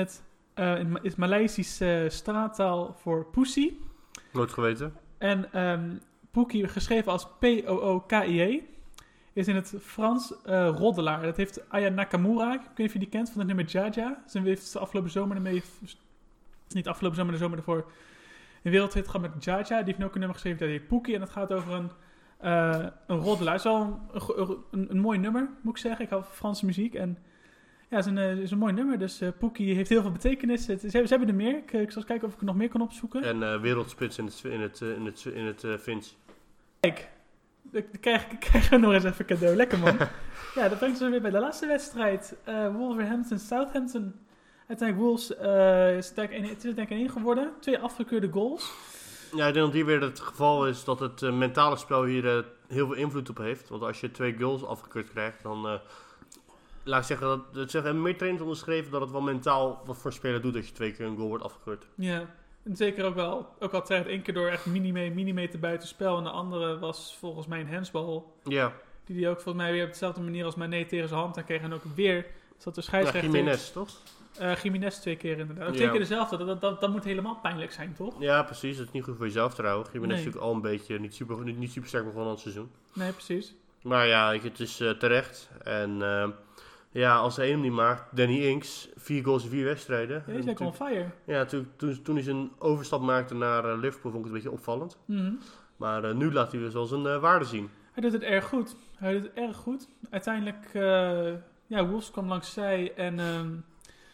uh, is Maleisische straattaal voor pussy. Nooit geweten. En um, Pookie, geschreven als P O O K I E, is in het Frans uh, roddelaar. Dat heeft Aya Nakamura, ik weet niet of je die kent, van het nummer Jaja. Ze heeft de afgelopen zomer ermee, niet afgelopen zomer, de zomer ervoor, een wereldhit gehad met Jaja. Die heeft ook een nummer geschreven, dat heet Pookie. En dat gaat over een, uh, een roddelaar. Het is wel een, een, een mooi nummer, moet ik zeggen. Ik hou van Franse muziek. En ja, het is een, uh, is een mooi nummer. Dus uh, Pookie heeft heel veel betekenis. Het, ze, ze hebben er meer. Ik, ik zal eens kijken of ik er nog meer kan opzoeken. En uh, wereldspits in het, in het, in het, in het uh, Fins. Kijk, dan krijg ik krijg nog eens even cadeau. Lekker man. Ja, dat brengt ons weer bij de laatste wedstrijd. Uh, Wolverhampton, Southampton. Uiteindelijk Wolves uh, is denk ik, het is denk ik één geworden. Twee afgekeurde goals. Ja, ik denk dat hier weer het geval is dat het uh, mentale spel hier uh, heel veel invloed op heeft. Want als je twee goals afgekeurd krijgt, dan... Uh, laat ik zeggen, dat, dat hebben meer trainers onderschreven dat het wel mentaal wat voor een speler doet als je twee keer een goal wordt afgekeurd. Ja, en zeker ook wel. Ook al terecht één keer door echt millimeter buitenspel. En de andere was volgens mij een handsbal. Ja. Die die ook volgens mij weer op dezelfde manier als Mané tegen zijn hand. En kreeg en ook weer... Zat de scheidsrechter... Ja, Jiménez, toch? Uh, Jiménez twee keer inderdaad. Ook twee Ja. keer dezelfde. Dat, dat, dat, dat moet helemaal pijnlijk zijn, toch? Ja, precies. Dat is niet goed voor jezelf trouwens. Jiménez Nee. is natuurlijk al een beetje niet super, niet, niet super sterk begonnen aan het seizoen. Nee, precies. Maar ja, het is uh, terecht. En uh, ja, als de ene niet maakt, Danny Ings, vier goals in vier wedstrijden. Ja, die is En lekker on toen- fire. Ja, toen, toen, toen hij zijn overstap maakte naar uh, Liverpool, vond ik het een beetje opvallend. Mhm. Maar uh, nu laat hij weer wel zijn uh, waarde zien. Hij doet het erg goed. Hij doet het erg goed. Uiteindelijk, uh, ja, Wolves kwam langs zij en um,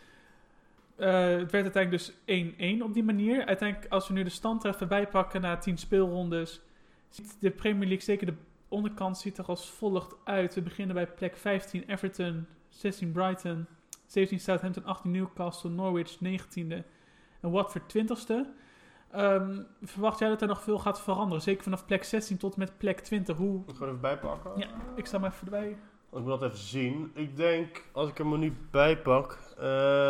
uh, het werd uiteindelijk dus één-één op die manier. Uiteindelijk, als we nu de stand er even bijpakken na tien speelrondes, ziet de Premier League, zeker de onderkant, ziet er als volgt uit. We beginnen bij plek vijftien Everton, zestien Brighton, zeventien Southampton, achttien Newcastle, Norwich negentiende en Watford twintigste. Um, verwacht jij dat er nog veel gaat veranderen? Zeker vanaf plek zestien tot met plek twintig. Hoe... Ik ga er even bijpakken. Ja, ik sta maar even erbij. Ik moet dat even zien. Ik denk, als ik hem er nu bij pak, uh,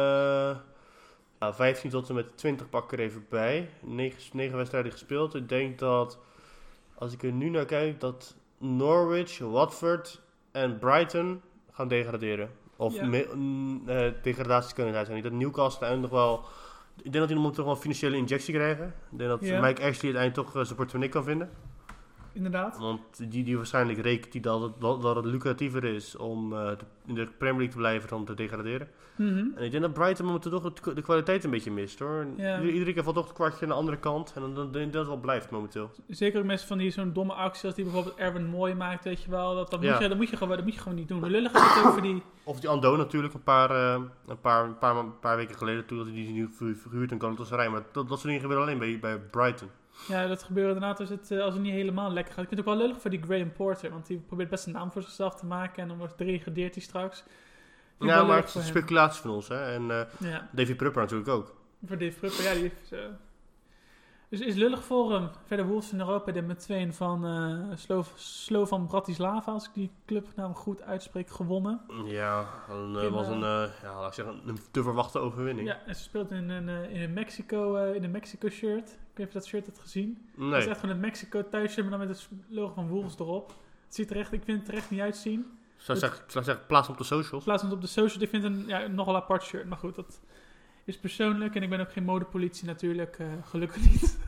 ja, vijftien tot en met twintig pak ik er even bij. negen wedstrijden gespeeld. Ik denk dat, als ik er nu naar kijk, dat Norwich, Watford en Brighton gaan degraderen. Of Ja. me, mm, uh, degradaties kunnen zijn. Ik denk dat Newcastle uiteindelijk nog wel... Ik denk dat die nog toch wel een financiële injectie krijgen. Ik denk dat Ja. Mike Ashley uiteindelijk toch uh, zijn portemonnee kan vinden. Inderdaad. Want die, die waarschijnlijk rekent die dat, het, dat, dat het lucratiever is om uh, de, in de Premier League te blijven dan te degraderen. Mhm. En ik denk dat Brighton momenteel toch het, de kwaliteit een beetje mist hoor. Ja. Ieder- Iedere keer valt toch het kwartje aan de andere kant. En dan, dan denk ik dat het wel blijft momenteel. Zeker ook mensen van die zo'n domme acties als die bijvoorbeeld Erwin Mooi maakt, weet je wel. Dat, dat, Ja. moet, je, dat, moet, je gewoon, dat moet je gewoon niet doen. Hoe lullig is het ook voor die... Of die Ando natuurlijk een paar, uh, een paar, een paar, een paar weken geleden toen dat hij die nu ver- verhuurd en Galatasaray. Maar dat, dat soort dingen gebeuren alleen bij, bij Brighton. Ja, dat gebeurt inderdaad als het, uh, als het niet helemaal lekker gaat. Ik vind het ook wel lullig voor die Graham Porter, want die probeert best een naam voor zichzelf te maken en dan wordt degradeert hij straks. Vind ik Ja, wel maar lullig het is voor een hem. speculatie van ons hè. En uh, Ja, David Prupper natuurlijk ook. voor Dave Prupper, ja, die heeft... Uh, dus is lullig voor hem. Verder Wolves in Europa, de met tweeën van uh, Slo- Slovan Bratislava, als ik die clubnaam goed uitspreek, gewonnen. Ja, dat In, was uh, een, uh, ja, laat ik zeggen, een te verwachte overwinning. Ja, en ze speelt in een, uh, in een Mexico, uh, in een Mexico shirt. Ik weet niet of je dat shirt hebt gezien. Nee. Het is echt gewoon het Mexico thuisshirt, maar dan met het logo van Wolves erop. Het ziet er echt, ik vind het er echt niet uitzien. Ik zou zeggen, ik zou zeggen, plaats op de socials. Plaats het op de social. Ik vind het een ja, nogal apart shirt. Maar goed, dat is persoonlijk. En ik ben ook geen modepolitie natuurlijk. Uh, gelukkig niet.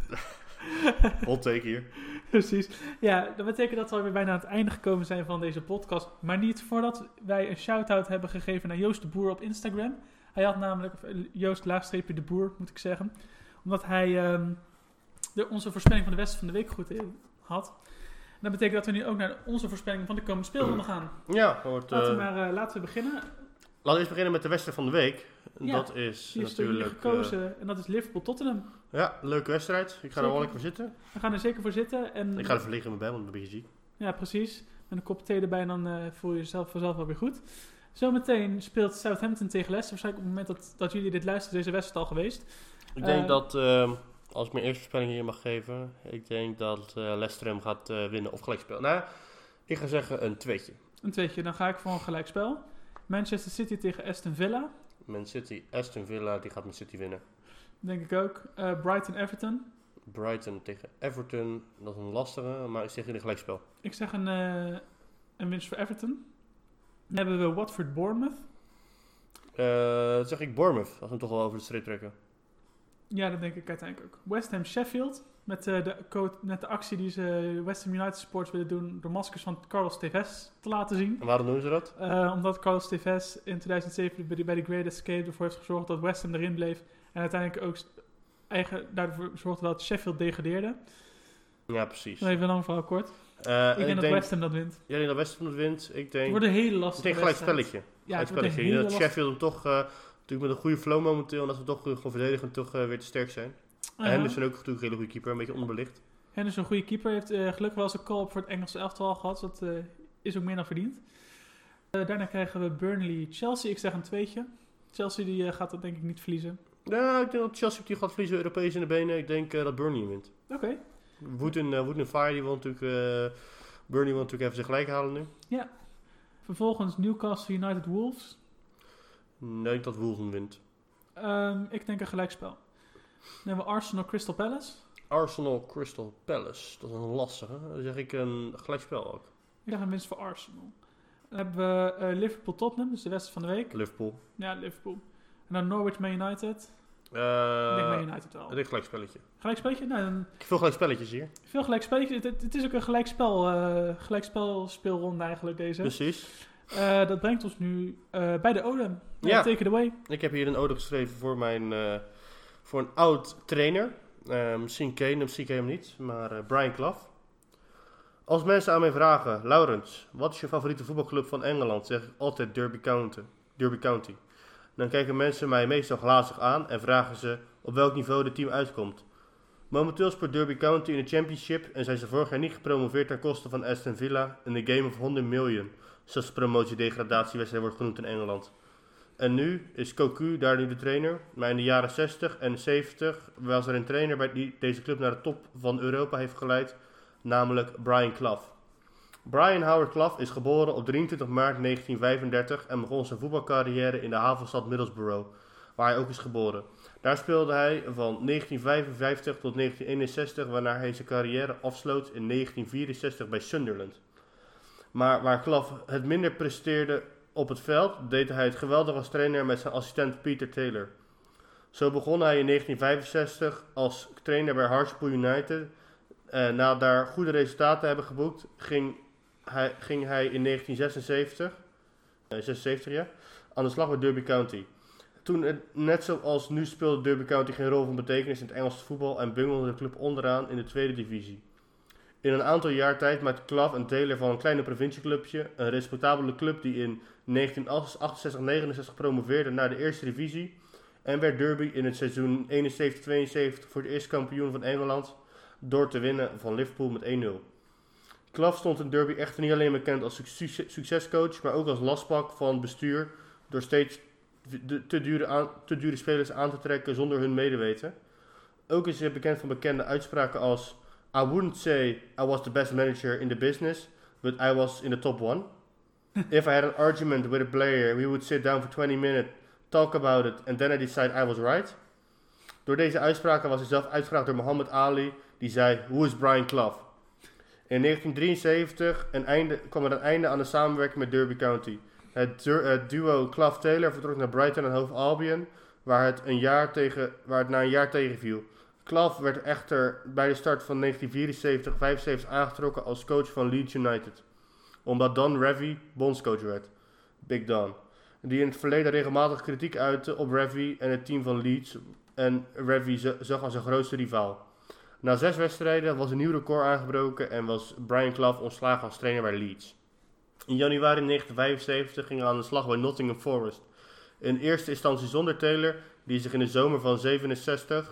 Hot take hier. Precies. Ja, dat betekent dat we alweer bijna aan het einde gekomen zijn van deze podcast. Maar niet voordat wij een shout-out hebben gegeven naar Joost de Boer op Instagram. Hij had namelijk, of Joost laagstreepje de Boer moet ik zeggen. Omdat hij um, de, onze voorspelling van de wedstrijd van de week goed in had. En dat betekent dat we nu ook naar onze voorspelling van de komende speelronde gaan. Ja, wordt, Laten we uh, maar uh, laten we beginnen. laten we eerst beginnen met de wedstrijd van de week. Ja, dat is Die is door jullie natuurlijk... gekozen. uh, en dat is Liverpool-Tottenham. ja, leuke wedstrijd. Ik ga er wel Zeker. lekker voor zitten. We gaan er zeker voor zitten. En Ik ga er verliggen met bij, want ik ben een beetje ziek. ja, precies. Met een kop thee erbij en dan uh, voel je jezelf vanzelf wel weer goed. Zometeen speelt Southampton tegen Leicester. Waarschijnlijk op het moment dat, dat jullie dit luisteren, is deze wedstrijd al geweest. Ik denk Uh, dat, uh, als ik mijn eerste voorspelling hier mag geven, ik denk dat uh, Leicester hem gaat uh, winnen of gelijk spelen. Nou, ik ga zeggen een tweetje. Een tweetje, dan ga ik voor een gelijkspel. Manchester City tegen Aston Villa. Man City, Aston Villa, die gaat Man City winnen. Denk ik ook. Uh, Brighton Everton. Brighton tegen Everton, dat is een lastige, maar ik zeg in een gelijkspel. Ik zeg een, uh, een winst voor Everton. Dan hebben we Watford Bournemouth. Uh, dat zeg ik Bournemouth, als we hem toch wel over de streep trekken. Ja, dat denk ik uiteindelijk ook. West Ham Sheffield, met, uh, de, code, met de actie die ze West Ham United supporters willen doen door maskers van Carlos Tevez te laten zien. En waarom doen ze dat? Uh, omdat Carlos Tevez in tweeduizend zeven bij de, bij de Great Escape ervoor heeft gezorgd dat West Ham erin bleef. En uiteindelijk ook eigen, daarvoor zorgde dat Sheffield degradeerde. Ja, precies. Even lang verhaal kort. Uh, ik denk ik dat denk, West Ham dat wint. Jij denkt dat West Ham dat wint? Ik denk... Het wordt een hele Ik lastige denk gelijk wedstrijd. spelletje. Ja, Gelijk het wordt een spelletje. hele Dat lastige... Sheffield hem toch, uh, natuurlijk met een goede flow momenteel, en dat we toch uh, gewoon verdedigend toch uh, weer te sterk zijn. Uh-huh. En Henderson ook natuurlijk een hele goede keeper, een beetje onderbelicht. Henderson, een goede keeper, heeft uh, gelukkig wel eens een call-up voor het Engelse elftal gehad. Dus dat uh, is ook meer dan verdiend. Uh, daarna krijgen we Burnley-Chelsea. Ik zeg een tweetje. Chelsea die, uh, gaat dat denk ik niet verliezen. Ja, ik denk dat Chelsea die gaat verliezen, Europees in de benen. Ik denk uh, dat Burnley wint. Oké. Okay. Wood en uh, Wood en Fire, die wil natuurlijk... Uh, Burnley wil natuurlijk even zijn gelijk halen nu. Ja. Vervolgens Newcastle United Wolves. Nee, ik denk dat Wolves wint. Um, ik denk een gelijkspel. Dan hebben we Arsenal Crystal Palace. Arsenal Crystal Palace. Dat is een lastige. Dan zeg ik een gelijkspel ook. Ik dacht een winst voor Arsenal. Dan hebben we uh, Liverpool Tottenham, dus de wedstrijd van de week. Liverpool. Ja, Liverpool. En dan Norwich Man United. Uh, ik denk Man United wel. Ik denk gelijkspelletje. Gelijkspelletje? Nou, dan... Veel gelijkspelletjes hier. Veel gelijkspelletje. Het, het, het is ook een gelijkspel, uh, gelijkspel speelronde eigenlijk deze. Precies. Uh, dat brengt ons nu uh, bij de Odem. Uh, Ja. Take it away. Ik heb hier een ode geschreven voor mijn uh, voor een oud trainer. Uh, misschien ken je hem, misschien ken je hem niet. Maar uh, Brian Clough. Als mensen aan mij vragen, Laurens, wat is je favoriete voetbalclub van Engeland? Zeg ik altijd Derby County. Derby County. Dan kijken mensen mij meestal glazig aan en vragen ze op welk niveau het team uitkomt. Momenteel speelt Derby County in de Championship en zijn ze vorig jaar niet gepromoveerd ten koste van Aston Villa in de Game of honderd miljoen, zoals de promotie-degradatiewedstrijd wordt genoemd in Engeland. En nu is Cocu daar nu de trainer, maar in de jaren zestig en zeventig was er een trainer bij die deze club naar de top van Europa heeft geleid, namelijk Brian Clough. Brian Howard Clough is geboren op drieëntwintig maart negentien vijfendertig en begon zijn voetbalcarrière in de havenstad Middlesbrough, waar hij ook is geboren. Daar speelde hij van negentien vijfenvijftig tot negentien eenenzestig, waarna hij zijn carrière afsloot in negentien vierenzestig bij Sunderland. Maar waar Clough het minder presteerde op het veld, deed hij het geweldig als trainer met zijn assistent Peter Taylor. Zo begon hij in negentien vijfenzestig als trainer bij Hartlepool United. Uh, na daar goede resultaten te hebben geboekt, ging hij, ging hij in negentien zesenzeventig, uh, zesenzeventig ja, aan de slag bij Derby County. Toen het net zoals nu speelde Derby County geen rol van betekenis in het Engelse voetbal en bungelde de club onderaan in de tweede divisie. In een aantal jaar tijd maakte Clough en Taylor van een kleine provincieclubje een respectabele club die in negentien achtenzestig negenenzestig promoveerde naar de eerste divisie en werd Derby in het seizoen eenenzeventig tweeënzeventig voor het eerst kampioen van Engeland door te winnen van Liverpool met één nul. Clough stond in Derby echter niet alleen bekend als succes- succescoach, maar ook als lastpak van het bestuur door steeds de, te, dure aan, te dure spelers aan te trekken zonder hun medeweten. Ook is hij bekend van bekende uitspraken als I wouldn't say I was the best manager in the business, but I was in the top one. If I had an argument with a player, we would sit down for twenty minutes, talk about it, and then I decide I was right. Door deze uitspraken was hij zelf uitgevraagd door Muhammad Ali, die zei, who is Brian Clough? In negentien drieënzeventig een einde, kwam er een einde aan de samenwerking met Derby County. Het, du- het duo Clough-Taylor vertrok naar Brighton en Hove Albion, waar het, een jaar tegen, waar het na een jaar tegenviel. Clough werd echter bij de start van negentien vierenzeventig vijfenzeventig aangetrokken als coach van Leeds United, omdat Don Revie bondscoach werd, Big Don, die in het verleden regelmatig kritiek uitte op Revie en het team van Leeds en Revie z- zag als zijn grootste rivaal. Na zes wedstrijden was een nieuw record aangebroken en was Brian Clough ontslagen als trainer bij Leeds. In januari negentien vijfenzeventig ging hij aan de slag bij Nottingham Forest. In eerste instantie zonder Taylor, die zich in de zomer van zevenenzestig,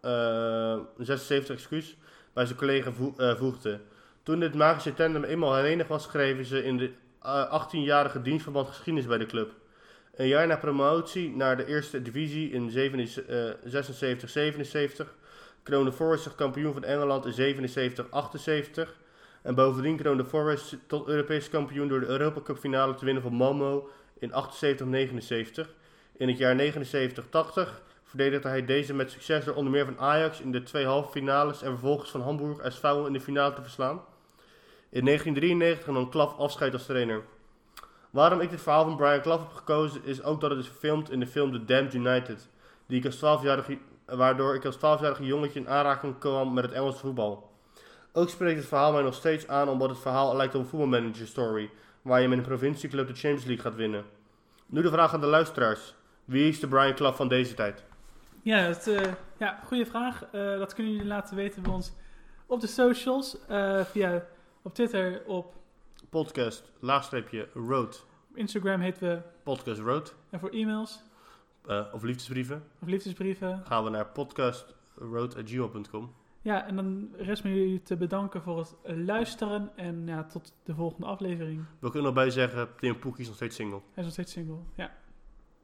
uh, zesenzeventig excuus, bij zijn collega vo- uh, voegde. Toen dit magische tandem eenmaal herenigd was, schreven ze in de uh, achttienjarige dienstverband geschiedenis bij de club. Een jaar na promotie naar de eerste divisie in zesenzeventig zevenenzeventig kroonde Forest zich kampioen van Engeland in zevenenzeventig achtenzeventig. En bovendien kroonde Forest tot Europees kampioen door de Europa Cup finale te winnen van Malmo in achtenzeventig negenenzeventig. In het jaar negenenzeventig tachtig verdedigde hij deze met succes door onder meer van Ajax in de twee halve finales en vervolgens van Hamburg S V in de finale te verslaan. In negentien drieënnegentig nam Clough afscheid als trainer. Waarom ik dit verhaal van Brian Clough heb gekozen is ook dat het is gefilmd in de film The Damned United. Die ik als twaalfjarige, waardoor ik als twaalfjarige jongetje in aanraking kwam met het Engelse voetbal. Ook spreekt het verhaal mij nog steeds aan omdat het verhaal lijkt op een voetbalmanager story. Waar je met een provincieclub de Champions League gaat winnen. Nu de vraag aan de luisteraars. Wie is de Brian Clough van deze tijd? Ja, het, uh, ja goede vraag. Uh, dat kunnen jullie laten weten bij ons op de socials. Uh, via op Twitter, op podcast, laagstreepje, road. Op Instagram heten we Podcast Road. En voor e-mails? Uh, of liefdesbrieven. Of liefdesbrieven. Gaan we naar podcastroad at gmail dot com. Ja, en dan rest me jullie te bedanken voor het luisteren. En ja, tot de volgende aflevering. We kunnen nog bij zeggen, Tim Poekie is nog steeds single. Hij is nog steeds single, ja.